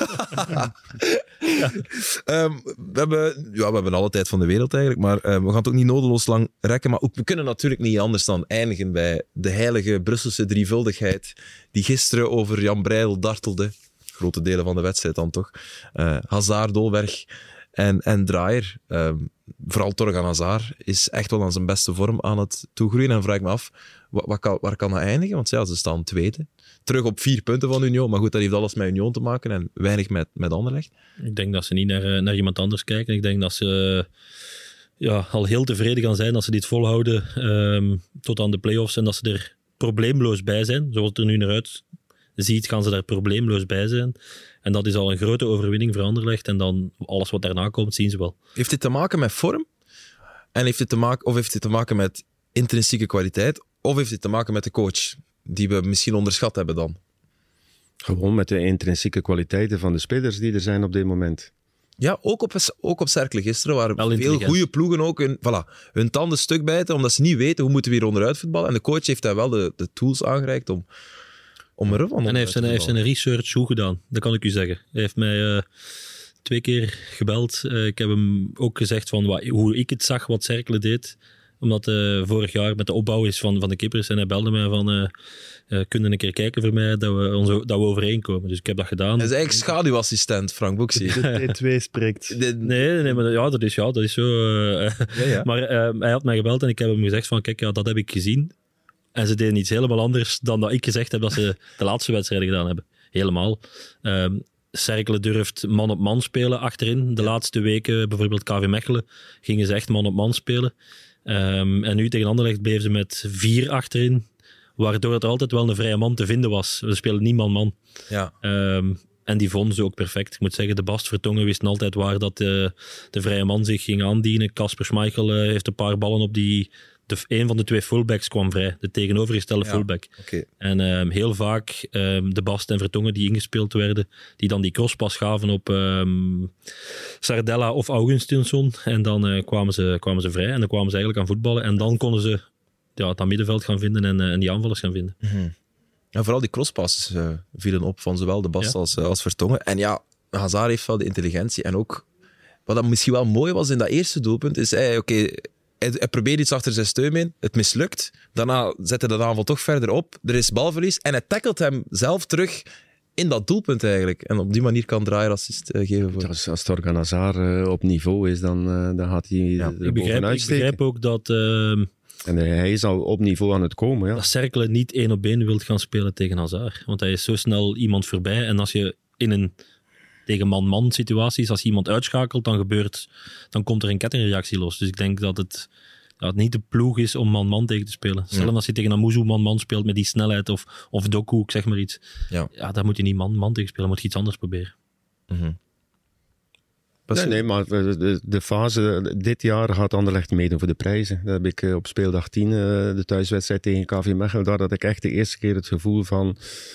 We hebben alle tijd van de wereld eigenlijk, maar we gaan het ook niet nodeloos lang rekken. Maar ook, we kunnen natuurlijk niet anders dan eindigen bij de heilige Brusselse drievuldigheid die gisteren over Jan Breidel dartelde. Grote delen van de wedstrijd dan toch. Hazard, Dolberg en Draaier. Vooral Torgan Hazard is echt wel aan zijn beste vorm aan het toegroeien. En dan vraag ik me af, waar kan dat eindigen? Want ja, ze staan tweede. Terug op 4 punten van Union. Maar goed, dat heeft alles met Union te maken en weinig met Anderlecht. Ik denk dat ze niet naar iemand anders kijken. Ik denk dat ze al heel tevreden gaan zijn als ze dit volhouden tot aan de play-offs en dat ze er probleemloos bij zijn. Zoals het er nu naar uit ziet, gaan ze daar probleemloos bij zijn. En dat is al een grote overwinning voor Anderlecht. En dan alles wat daarna komt, zien ze wel. Heeft dit te maken met vorm? En heeft dit te maken met intrinsieke kwaliteit? Of heeft dit te maken met de coach, die we misschien onderschat hebben dan? Gewoon met de intrinsieke kwaliteiten van de spelers die er zijn op dit moment. Ja, ook op Cercle gisteren waren veel goede ploegen ook hun tanden stuk bijten, omdat ze niet weten hoe moeten we hier onderuit voetballen. En de coach heeft daar wel de tools aangereikt om erop aan. En hij heeft zijn research goed gedaan, dat kan ik u zeggen. Hij heeft mij 2 keer gebeld. Ik heb hem ook gezegd van hoe ik het zag, wat Cercle deed. Omdat vorig jaar met de opbouw is van de keepers. En hij belde mij van, kunnen een keer kijken voor mij dat we overeenkomen. Dus ik heb dat gedaan. Hij is eigenlijk schaduwassistent, Frank Boeksy. De T2 spreekt. Nee, maar dat is zo. Ja. Maar hij had mij gebeld en ik heb hem gezegd van, kijk, dat heb ik gezien. En ze deden iets helemaal anders dan dat ik gezegd heb dat ze de laatste wedstrijden gedaan hebben. Helemaal. Cercle durft man-op-man spelen achterin. De laatste weken, bijvoorbeeld KV Mechelen, gingen ze echt man-op-man spelen. En nu tegen Anderlecht bleven ze met 4 achterin, waardoor het altijd wel een vrije man te vinden was. We spelen niet man-man. Ja. En die vonden ze ook perfect. Ik moet zeggen, de Bast Vertongen wisten altijd waar dat de vrije man zich ging aandienen. Kasper Schmeichel heeft een paar ballen op die... Een van de 2 fullbacks kwam vrij. De tegenovergestelde fullback. Okay. En heel vaak de Bast en Vertongen die ingespeeld werden, die dan die crosspas gaven op Sardella of Augustinsson. En dan kwamen ze vrij. En dan kwamen ze eigenlijk aan voetballen. En dan konden ze het middenveld gaan vinden en die aanvallers gaan vinden. Mm-hmm. En vooral die crosspasses vielen op van zowel de Bast als Vertongen. En ja, Hazard heeft wel de intelligentie. En ook, wat dat misschien wel mooi was in dat eerste doelpunt, is hij probeert iets achter zijn steun in, het mislukt. Daarna zet hij de aanval toch verder op. Er is balverlies en hij tackelt hem zelf terug in dat doelpunt eigenlijk. En op die manier kan Draaier assist geven. Voor. Als Torgan Hazard op niveau is, dan gaat hij er bovenuit steken. Ik begrijp ook dat... En hij is al op niveau aan het komen. Ja. Dat Cercle niet 1-op-1 wilt gaan spelen tegen Hazard. Want hij is zo snel iemand voorbij. En als je in een... tegen man-man situaties, als je iemand uitschakelt, dan komt er een kettingreactie los. Dus ik denk dat het niet de ploeg is om man-man tegen te spelen. Stel als je tegen Amuzu man-man speelt met die snelheid of Doku, zeg maar iets. Ja, daar moet je niet man-man tegen spelen, moet je iets anders proberen. Mm-hmm. Nee, maar de fase dit jaar gaat Anderlecht meedoen voor de prijzen. Dat heb ik op speeldag 10, de thuiswedstrijd tegen KV Mechelen. Daar had ik echt de eerste keer het gevoel van...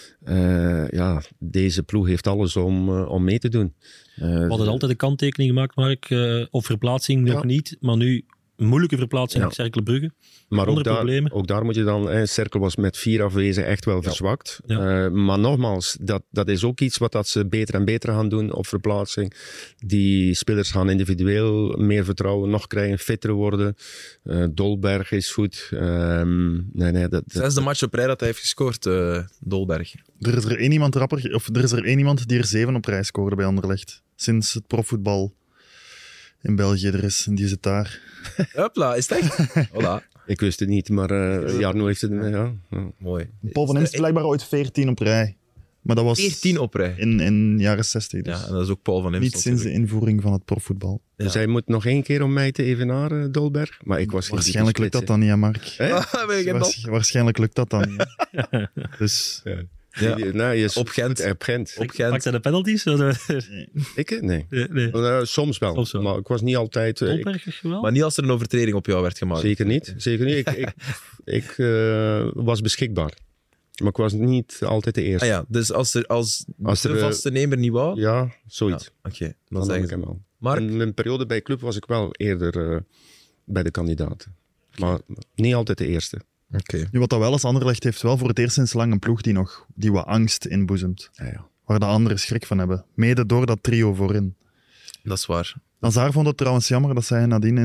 deze ploeg heeft alles om mee te doen. We hadden altijd een kanttekening gemaakt, Mark. Op verplaatsing nog niet, maar nu een moeilijke verplaatsing naar Cercle Brugge. Maar ook daar moet je dan... Cercle was met 4 afwezen echt wel verzwakt. Ja. Maar nogmaals, dat is ook iets wat dat ze beter en beter gaan doen op verplaatsing. Die spelers gaan individueel meer vertrouwen nog krijgen, fitter worden. Dolberg is goed. Sinds de match op rij dat hij heeft gescoord, Dolberg. Er is er één iemand die er 7 op rij scoorde bij Anderlecht. Sinds het profvoetbal in België er is. En die zit daar. Hopla, is het echt? Hola. Ik wist het niet, maar Jarno heeft het... Ja. Mooi. Paul van Imst blijkbaar ooit 14 op rij. Maar dat was 14 op rij. in jaren 60. Dus Ja, en dat is ook Paul van Imst. niet sinds de invoering van het profvoetbal. Ja. Dus hij moet nog 1 keer om mij te evenaren, Dolberg. Maar ik was geen Waarschijnlijk lukt dat spits, dan niet, hè, Mark. hè. Waarschijnlijk lukt dat dan niet. Hè. Dus Ja. Nee, je is Op Gent. Op Gent. Op Gent. Pakt hij de penalties? Ik? Nee. Nee. Soms wel. Soms wel. Maar ik was niet altijd... Dolberg wel? Maar niet als er een overtreding op jou werd gemaakt. Zeker niet. Zeker niet. Ik was beschikbaar. Maar ik was niet altijd de eerste. Ah ja, dus als Als de er, vaste nemer niet wou... Ja, zoiets. Oké, dan Dan zeggen ik ze. hem al. Mark? In een periode bij club was ik wel eerder bij de kandidaten. Maar niet altijd de eerste. Oké. nu, wat dat wel als Anderlecht heeft, wel voor het eerst sinds lang een ploeg die wat angst inboezemt. Ja. Waar de anderen schrik van hebben. Mede door dat trio voorin. Dat is waar. Lazar vond het trouwens jammer dat zij nadien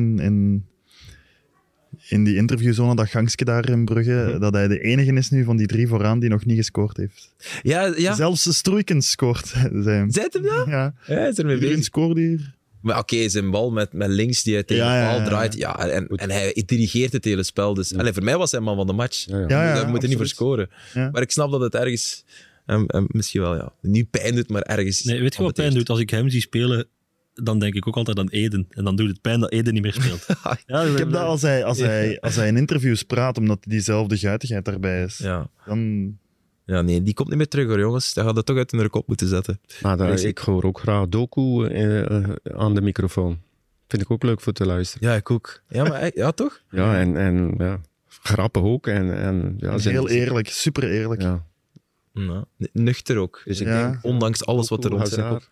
in die interviewzone, dat gangske daar in Brugge, dat hij de enige is nu van die 3 vooraan die nog niet gescoord heeft. Ja. Zelfs Stroeikens scoort, zei hij. Zet hem dat? Ja, Ja, hij is ermee iedereen bezig. scoort hier. Maar oké, zijn bal met links die hij tegen de Ja, bal ja. draait. Ja, en hij dirigeert het hele spel. Dus, allee, voor mij was hij man van de match. Ja. Daar moet hij niet voor absoluut. scoren. Ja. Maar ik snap dat het ergens... misschien wel, ja. Niet pijn doet, maar ergens... Nee, weet je wat pijn doet? Als ik hem zie spelen, dan denk ik ook altijd aan Eden. En dan doet het pijn dat Eden niet meer speelt. Ja, Ik heb dat als hij in interviews praat, omdat diezelfde guitigheid daarbij is. Ja. Dan... Ja, nee, die komt niet meer terug hoor, jongens. Dat gaat het toch uit hun kop moeten zetten. Maar ik hoor ook graag Doku aan de microfoon. Vind ik ook leuk voor te luisteren. Ja, ik ook. Ja, maar ja, toch? Ja, en ja, grappig ook. En Heel eerlijk, super eerlijk. Ja. Nou, nuchter ook. Dus ik Ja. denk, Ondanks alles wat er rond zijn Hazard. kop.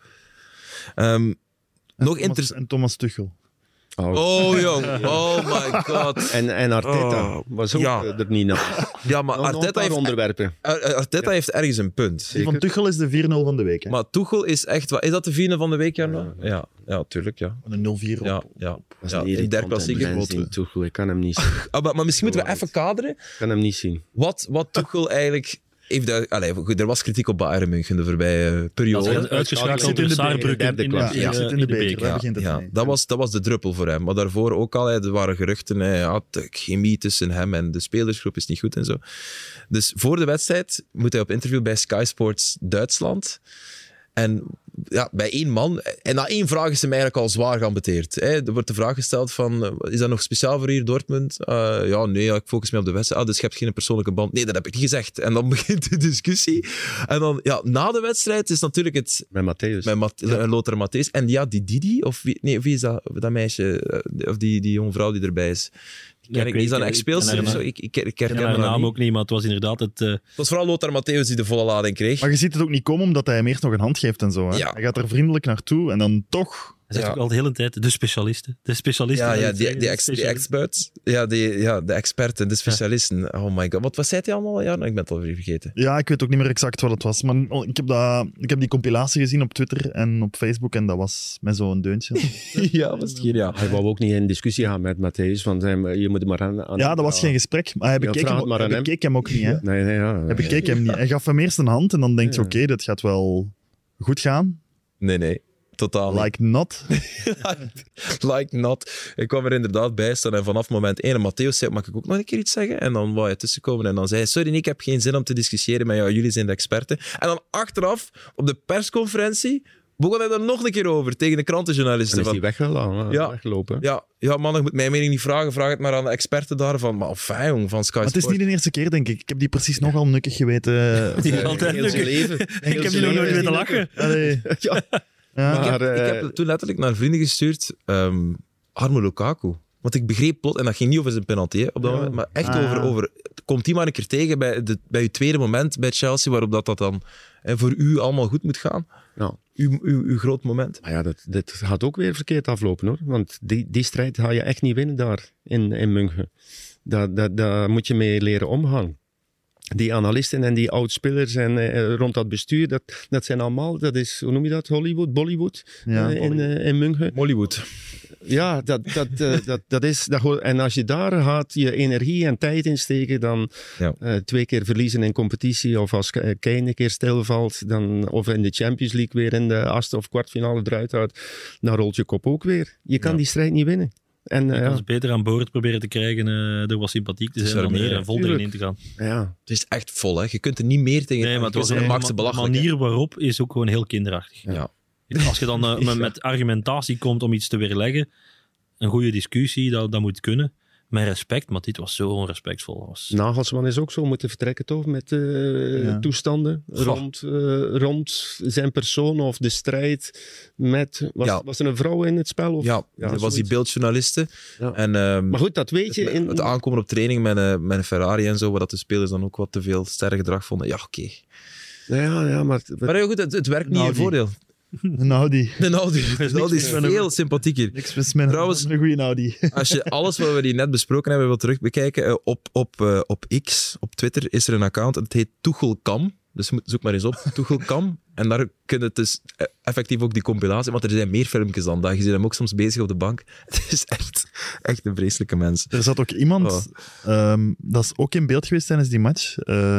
Nog Thomas- interessant. En Thomas Tuchel. Oh, jong. Oh my god. En Arteta Oh, was ook ja. er niet naast. Ja, maar Nog een Arteta paar heeft, onderwerpen. Arteta heeft ergens een punt. Die van Tuchel is de 4-0 van de week. Hè? Maar Tuchel is echt... Is dat de vierde van de week, Jarno? Ja, tuurlijk, ja. Een 0-4 op. Ja, Dat is ja een die derde irritant klassieker. mens, die Tuchel. Ik kan hem niet zien. Maar misschien moeten we even kaderen Ik kan hem niet zien. wat Tuchel eigenlijk... Er was kritiek op Bayern München de voorbije periode. Als uitgeschakeld zit in door de Saarbrücken derde in klasse. Ja, zit in de beker. Daar Ja, begint het ja, mee. dat was de druppel voor hem. Maar daarvoor ook al, er waren geruchten. De chemie tussen hem en de spelersgroep is niet goed en zo. Dus voor de wedstrijd moet hij op interview bij Sky Sports Duitsland. En ja, bij 1 man. En na 1 vraag is hem eigenlijk al zwaar geambeteerd. Er wordt de vraag gesteld van, is dat nog speciaal voor hier, Dortmund? Nee, ik focus me op de wedstrijd. Dus je hebt geen persoonlijke band. Nee, dat heb ik niet gezegd. En dan begint de discussie. En dan, na de wedstrijd is natuurlijk het... Met Matthäus. Met Lothar Matthäus. En ja, die Didi, of wie is dat meisje? Of die jonge vrouw die erbij is? Is dat een ex-speelster of zo? Ik herken haar haar naam niet. ook niet, maar het was inderdaad het... Het was vooral Lothar Matthäus die de volle lading kreeg. Maar je ziet het ook niet komen, omdat hij hem eerst nog een hand geeft en zo. Hè? Ja. Hij gaat er vriendelijk naartoe en dan toch... Hij zegt Ja. ook al de hele tijd, de specialisten. De specialisten. Ja, die specialisten. experts. Ja, de experten, de specialisten. Oh my god. Wat zei hij allemaal? Ja, ik ben het al weer vergeten. Ja, ik weet ook niet meer exact wat het was. Maar ik heb die compilatie gezien op Twitter en op Facebook en dat was met zo'n deuntje. Ja, was het hier, ja. Hij wou ook niet in discussie gaan met Matthäus, want je moet maar aan Ja, dat was geen gesprek. Maar hij bekeek, vraag hem, het maar hij aan hem. bekeek hem ook niet. Hè? Nee, ja. Hij bekeek hem niet. Hij gaf hem eerst een hand en dan denk je, Ja. oké, dit gaat wel goed gaan. Nee. Totaal niet. Like not. Like not. Ik kwam er inderdaad bij staan en vanaf moment 1, Matthäus zei, mag ik ook nog een keer iets zeggen? En dan wou hij tussenkomen en dan zei hij, sorry, ik heb geen zin om te discussiëren met jou, jullie zijn de experten. En dan achteraf, op de persconferentie, begon hij er nog een keer over tegen de krantenjournalisten. Dan is hij Ja. weggelopen. Ja, man, je moet mijn mening niet vragen, vraag het maar aan de experten daarvan. Maar fijn, jong, van Sky Maar het is Sports. niet de eerste keer, denk ik. Ik heb die precies nogal nukkig geweten. Die altijd Heel zijn lukken. leven. Ik heb die nog nooit weten lachen. Allee. Ja. Ja. Maar, Ik heb toen letterlijk naar vrienden gestuurd, Arme Lukaku. Want ik begreep plot, en dat ging niet over zijn penalty hè, op dat moment, maar echt over komt die maar een keer tegen bij je tweede moment bij Chelsea, waarop dat dan voor u allemaal goed moet gaan. Ja. Uw groot moment. Maar ja, dat gaat ook weer verkeerd aflopen, hoor. Want die strijd ga je echt niet winnen daar in München. Daar moet je mee leren omgaan. Die analisten en die oud-spelers en rond dat bestuur, dat zijn allemaal, dat is, hoe noem je dat, Bollywood Ja, in München. Mollywood. Ja, dat is, en als je daar gaat je energie en tijd in steken, dan 2 keer verliezen in competitie, of als Kane een keer stilvalt, of in de Champions League weer in de achtste of kwartfinale eruit houdt, dan rolt je kop ook weer. Je kan die strijd niet winnen. En, Je kan ze beter aan boord proberen te krijgen door wat sympathiek te zijn dan vol erin in te gaan. ja. Het is echt vol, hè. Je kunt er niet meer tegen. Nee, maar het was de belachelijk. manier waarop is ook gewoon heel kinderachtig. Ja. Als je dan met argumentatie komt om iets te weerleggen, een goede discussie, dat moet kunnen. Met respect, maar dit was zo onrespectvol. Nagelsman is ook zo moeten vertrekken, toch? Met toestanden rond zijn persoon of de strijd met... Was er een vrouw in het spel? Of? Dat was die beeldjournaliste. Ja. En, maar goed, dat weet je. Het aankomen op training met een Ferrari en zo, waar dat de spelers dan ook wat te veel sterrengedrag vonden. Ja, oké. Ja, maar heel goed, het werkt niet in je voordeel. Een Audi. De Audi is veel sympathieker. Niks mis met een goede Audi. Als je alles wat we hier net besproken hebben wil terugbekijken, op X, op Twitter, is er een account, het heet Tuchelkam. Dus zoek maar eens op, Tuchelkam. En daar kun je dus effectief ook die compilatie, want er zijn meer filmpjes dan dat. Je ziet hem ook soms bezig op de bank. Het is echt een vreselijke mens. Er zat ook iemand, dat is ook in beeld geweest tijdens die match,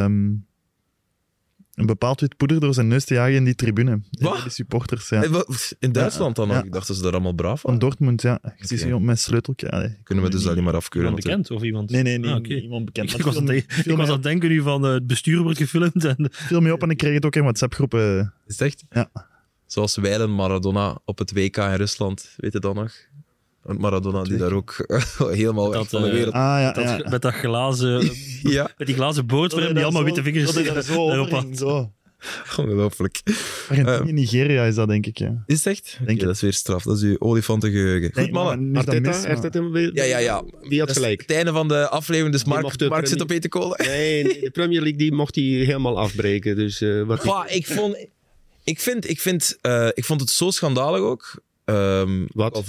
een bepaald wit poeder door zijn neus te jagen in die tribune. Wat? Die supporters, ja. In Duitsland dan ook? Ja. Ik dacht dat ze daar allemaal braaf Van waren. Dortmund, ja. Ik zie ze iemand met sleuteltje. Allee. Kunnen we dus alleen maar afkeuren. Iemand bekend of iemand? Nee, Okay. iemand bekend. Ik was aan het denken nu van het bestuur wordt gefilmd. En... Viel mee op en ik kreeg het ook in WhatsApp-groepen. Is het echt? Ja. Zoals Wijlen Maradona op het WK in Rusland. Weet je dat nog? Want Maradona die daar ook helemaal weg van de wereld... Met dat glazen... Ja. Met die glazen boot waar hem die allemaal witte vingers dat er zo erop had. overhing, zo. Ongelooflijk. Argentinië, Nigeria is dat, denk ik, ja. Is het echt? Denk ik. Dat is weer straf. Dat is uw olifantengeheugen. Goed, mannen. Arteta weer... Ja. Die had Dat is gelijk. het einde van de aflevering, dus Mark zit op eten kolen. Nee, de Premier League die mocht hij helemaal afbreken. Dus, Ik vond het zo schandalig ook. Wat?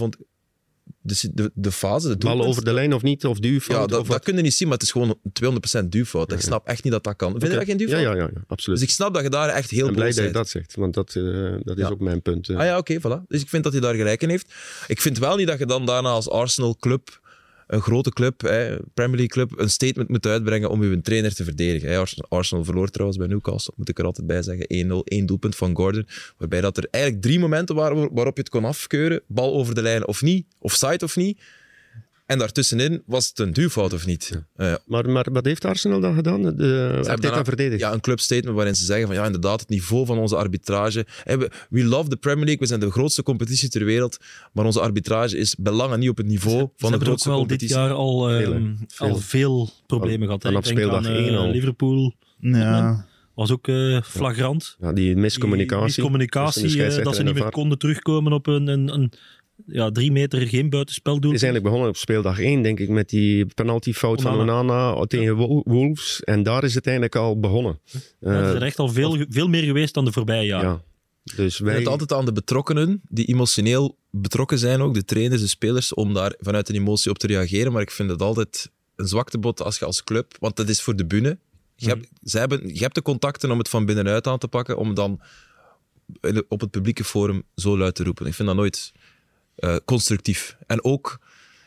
De fase, de Ballen doelpunt. over de lijn of niet, of duwfout. Ja, of dat kun je niet zien, maar het is gewoon 200% duwfout. Ik snap echt niet dat dat kan. Vind je dat geen duwfout? Ja, absoluut. Dus ik snap dat je daar echt heel Ik ben blij boos dat je bent. dat zegt, want dat is ook mijn punt. Oké, voilà. Dus ik vind dat hij daar gelijk in heeft. Ik vind wel niet dat je dan daarna als Arsenal-club, een grote club, Premier League club, een statement moet uitbrengen om uw trainer te verdedigen. Arsenal verloor trouwens bij Newcastle, moet ik er altijd bij zeggen. 1-0, 1 doelpunt van Gordon. Waarbij dat er eigenlijk 3 momenten waren waarop je het kon afkeuren. Bal over de lijn of niet, offside of niet. En daartussenin was het een duwfout of niet. Maar wat heeft Arsenal dan gedaan? Arteta verdedigd? Ja, een clubstatement waarin ze zeggen van ja, inderdaad, het niveau van onze arbitrage. We love the Premier League, we zijn de grootste competitie ter wereld, maar onze arbitrage is belangen niet op het niveau van de grootste competitie. Dit jaar al veel problemen gehad. Vanaf Ik denk speeldag aan 1 al. Liverpool. Ja. Was ook flagrant. Ja, die miscommunicatie. Miscommunicatie, dat ze niet meer konden terugkomen op een 3 meter geen buitenspel doen. Het is eigenlijk begonnen op speeldag 1, denk ik, met die penaltyfout van Onana tegen Wolves. En daar is het eigenlijk al begonnen. Er is echt al veel meer geweest dan de voorbije jaren. Ja. Dus Ik vind het altijd aan de betrokkenen, die emotioneel betrokken zijn ook, de trainers, de spelers, om daar vanuit een emotie op te reageren. Maar ik vind het altijd een zwaktebod als je als club, want dat is voor de bühne. Je hebt de contacten om het van binnenuit aan te pakken, om dan op het publieke forum zo luid te roepen. Ik vind dat nooit constructief. En ook,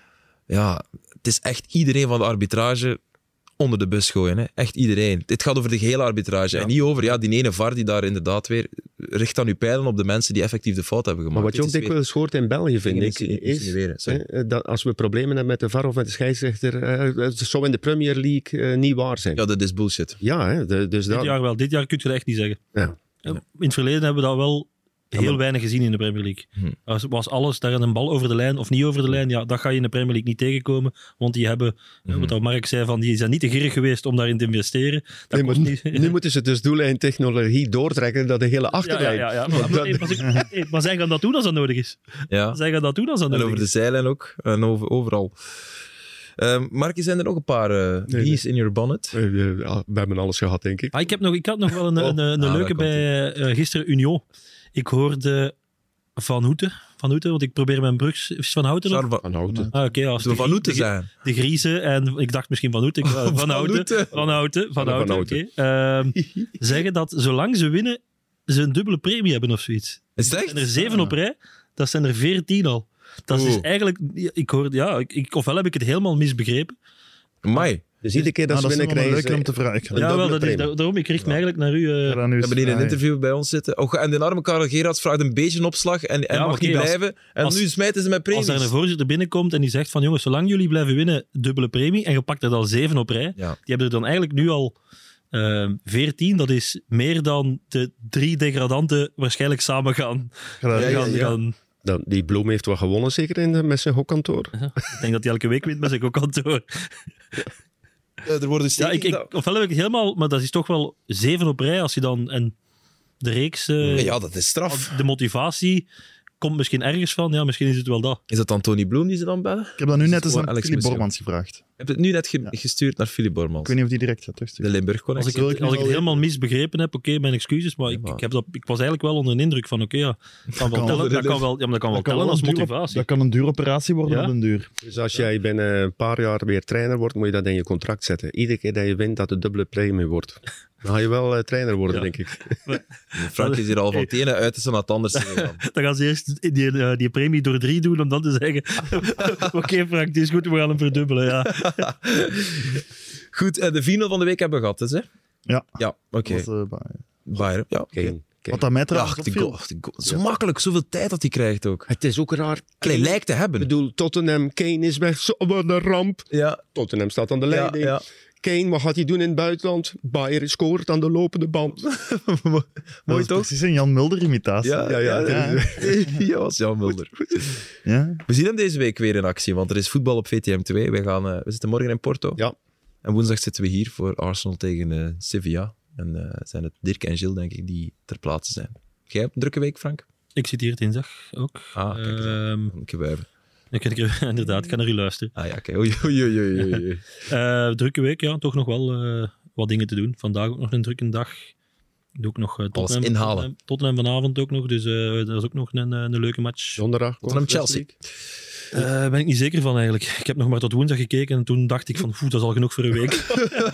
het is echt iedereen van de arbitrage onder de bus gooien. Hè. Echt iedereen. Dit gaat over de gehele arbitrage. En niet over die ene VAR die daar inderdaad weer... Richt dan uw pijlen op de mensen die effectief de fout hebben gemaakt. Maar wat je ook dikwijls hoort in België, vind ik, is dat als we problemen hebben met de VAR of met de scheidsrechter, het zou in de Premier League niet waar zijn. Ja, dat is bullshit. Ja, dus dit jaar wel. Dit jaar kun je dat echt niet zeggen. Ja. In het verleden hebben we dat wel heel weinig gezien in de Premier League. Was alles daar een bal over de lijn of niet over de lijn, dat ga je in de Premier League niet tegenkomen, want die hebben, wat Mark zei, die zijn niet te gierig geweest om daarin te investeren. Nu moeten ze dus doellijntechnologie doortrekken dat de hele achterlijn... Ja. Maar zij gaan dat doen als dat nodig is. Ja. Zij gaan dat doen als dat nodig is. En over de zijlijn ook. En overal. Mark, zijn er nog een paar bees in your bonnet? We hebben alles gehad, denk ik. Ik had nog wel een leuke bij gisteren Union. Ik hoorde Van Houten, want ik probeer mijn brug... Is het Van Houten? Van Houten. Okay, Van Houten zijn. De Griezen, en ik dacht misschien Van Houten. Van Houten. Okay. Zeggen dat zolang ze winnen, ze een dubbele premie hebben of zoiets. Is het echt? Er zijn er 7 op rij, dat zijn er 14 al. Dat is eigenlijk... ofwel heb ik het helemaal misbegrepen. Amai. Dus iedere keer dat ze winnen, krijgen leuk ze... om te vragen. Ja, wel, dubbele daarom, ik richt me eigenlijk naar u. We We hebben hier een interview bij ons zitten. Oh, en de arme Karel Gerards vraagt een beetje een opslag en Ja, mag oké, niet als- blijven. En als- nu smijten ze met premies. Als daar een voorzitter binnenkomt en die zegt van jongens, zolang jullie blijven winnen, dubbele premie, en je pakt er dan 7 op rij, Ja. die hebben er dan eigenlijk nu al 14. Dat is meer dan de 3 degradanten waarschijnlijk samen gaan. gaan. Die Bloem heeft wel gewonnen, zeker met zijn hokkantoor. Ik denk dat hij elke week wint met zijn kokkantoor. Er worden Ja, steken... ofwel heb ik het helemaal, maar dat is toch wel 7 op rij als je dan... En de reeks, Ja, dat is straf. de motivatie komt misschien ergens van. Ja, misschien is het wel dat. Is dat dan Tony Bloem die ze dan bellen? Ik heb dat nu net eens gewoon aan Alex Philip Monsieur. Bormans gevraagd. Je hebt het nu net gestuurd naar Philip Ik Bormans. weet niet of die direct gaat De terugsturen. Limburg-connectie. Als ik het wel helemaal misbegrepen heb, oké, mijn excuses, maar, maar- ik was eigenlijk wel onder de indruk van, oké, ja, dat kan wel Kan tellen, wel- dat kan wel, ja, maar dat kan wel Dat kan tellen wel als een duur op- motivatie. Dat kan een dure operatie worden Ja? op den duur. Dus als jij binnen een paar jaar weer trainer wordt, moet je dat in je contract zetten. Iedere keer dat je wint, dat het dubbele premie wordt. Dan ga je wel trainer worden, Ja. denk ik. Frank is hier al van het ene uit is naar het andere gegaan. Dan gaan ze eerst die premie door 3 doen, om dan te zeggen, oké Frank, het is goed, we gaan hem verdubbelen. Ja. Goed, de finale van de week hebben we gehad, dus, hè? Ja. Ja, oké. Dat was, Bayern, ja. oké. Kane. wat aan mij Ja, trouwens die opviel. goal, die goal. Zo makkelijk, zoveel tijd dat hij krijgt ook. Het is ook raar. Hij lijkt te Ik hebben. bedoel, Tottenham, Kane is weg. Zo, wat een ramp. Ja, Tottenham staat aan de ja, leiding. ja. Kane, wat gaat hij doen in het buitenland? Bayern scoort aan de lopende band. Dat Mooi was toch? precies een Jan Mulder-imitatie. Ja, was Jan Mulder. Ja. We zien hem deze week weer in actie, want er is voetbal op VTM 2. We zitten morgen in Porto. Ja. En woensdag zitten we hier voor Arsenal tegen Sevilla. En zijn het Dirk en Gilles, denk ik, die ter plaatse zijn. Jij hebt een drukke week, Frank? Ik zit hier dinsdag ook. Ah, kijk eens. Een keer wuiven. Inderdaad, ik ga naar u luisteren. Ah ja, kijk. Oei, oei, oei, oei, oei. Drukke week, ja, toch nog wel wat dingen te doen. Vandaag ook nog een drukke dag. Ik doe ook nog Tottenham, inhalen. Tottenham vanavond ook nog, dus dat is ook nog een leuke match. Zondag. Tottenham-Chelsea. Ben ik niet zeker van eigenlijk. Ik heb nog maar tot woensdag gekeken en toen dacht ik van, dat is al genoeg voor een week.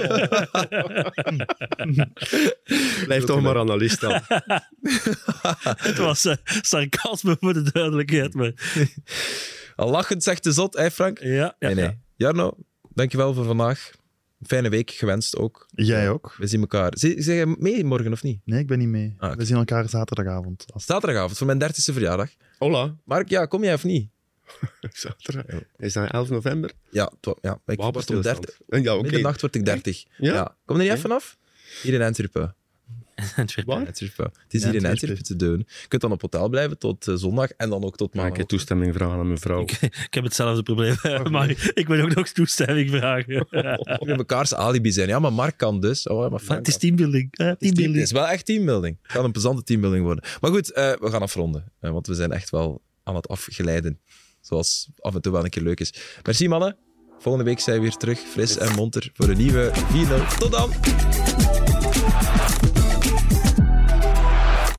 Blijf toch maar analist dan. Het was sarcasme voor de duidelijkheid. Maar... Al lachend zegt de zot, hè Frank? Ja, Nee, nee. Jarno, dankjewel voor vandaag. Fijne week gewenst ook. Jij ook? We zien elkaar. Zeg jij mee morgen of niet? Nee, ik ben niet mee. Ah, oké. We zien elkaar zaterdagavond. Zaterdagavond voor mijn 30e verjaardag. Hola. Mark, ja, kom jij of niet? Zaterdag. Is dat 11 november? Ja, ja ik word op 30. Ja, oké. Middernacht word ik 30. Ja? Ja. Kom er niet even af? Hier in Antwerpen. Waar? Antwerpen. Het is hier in Antwerpen te doen. Je kunt dan op hotel blijven tot zondag en dan ook tot Mag ik maandag. toestemming vragen aan mijn vrouw? Ik heb hetzelfde probleem, maar ik wil ook nog toestemming vragen. We mekaars alibi zijn. Ja, maar Mark kan dus. Oh, maar Frank Het is kan. teambuilding. Het is wel echt teambuilding. Het gaat een plezante teambuilding worden. Maar goed, we gaan afronden. Want we zijn echt wel aan het afgeleiden. Zoals af en toe wel een keer leuk is. Merci mannen. Volgende week zijn we weer terug, fris en monter, voor een nieuwe Vino. Tot dan!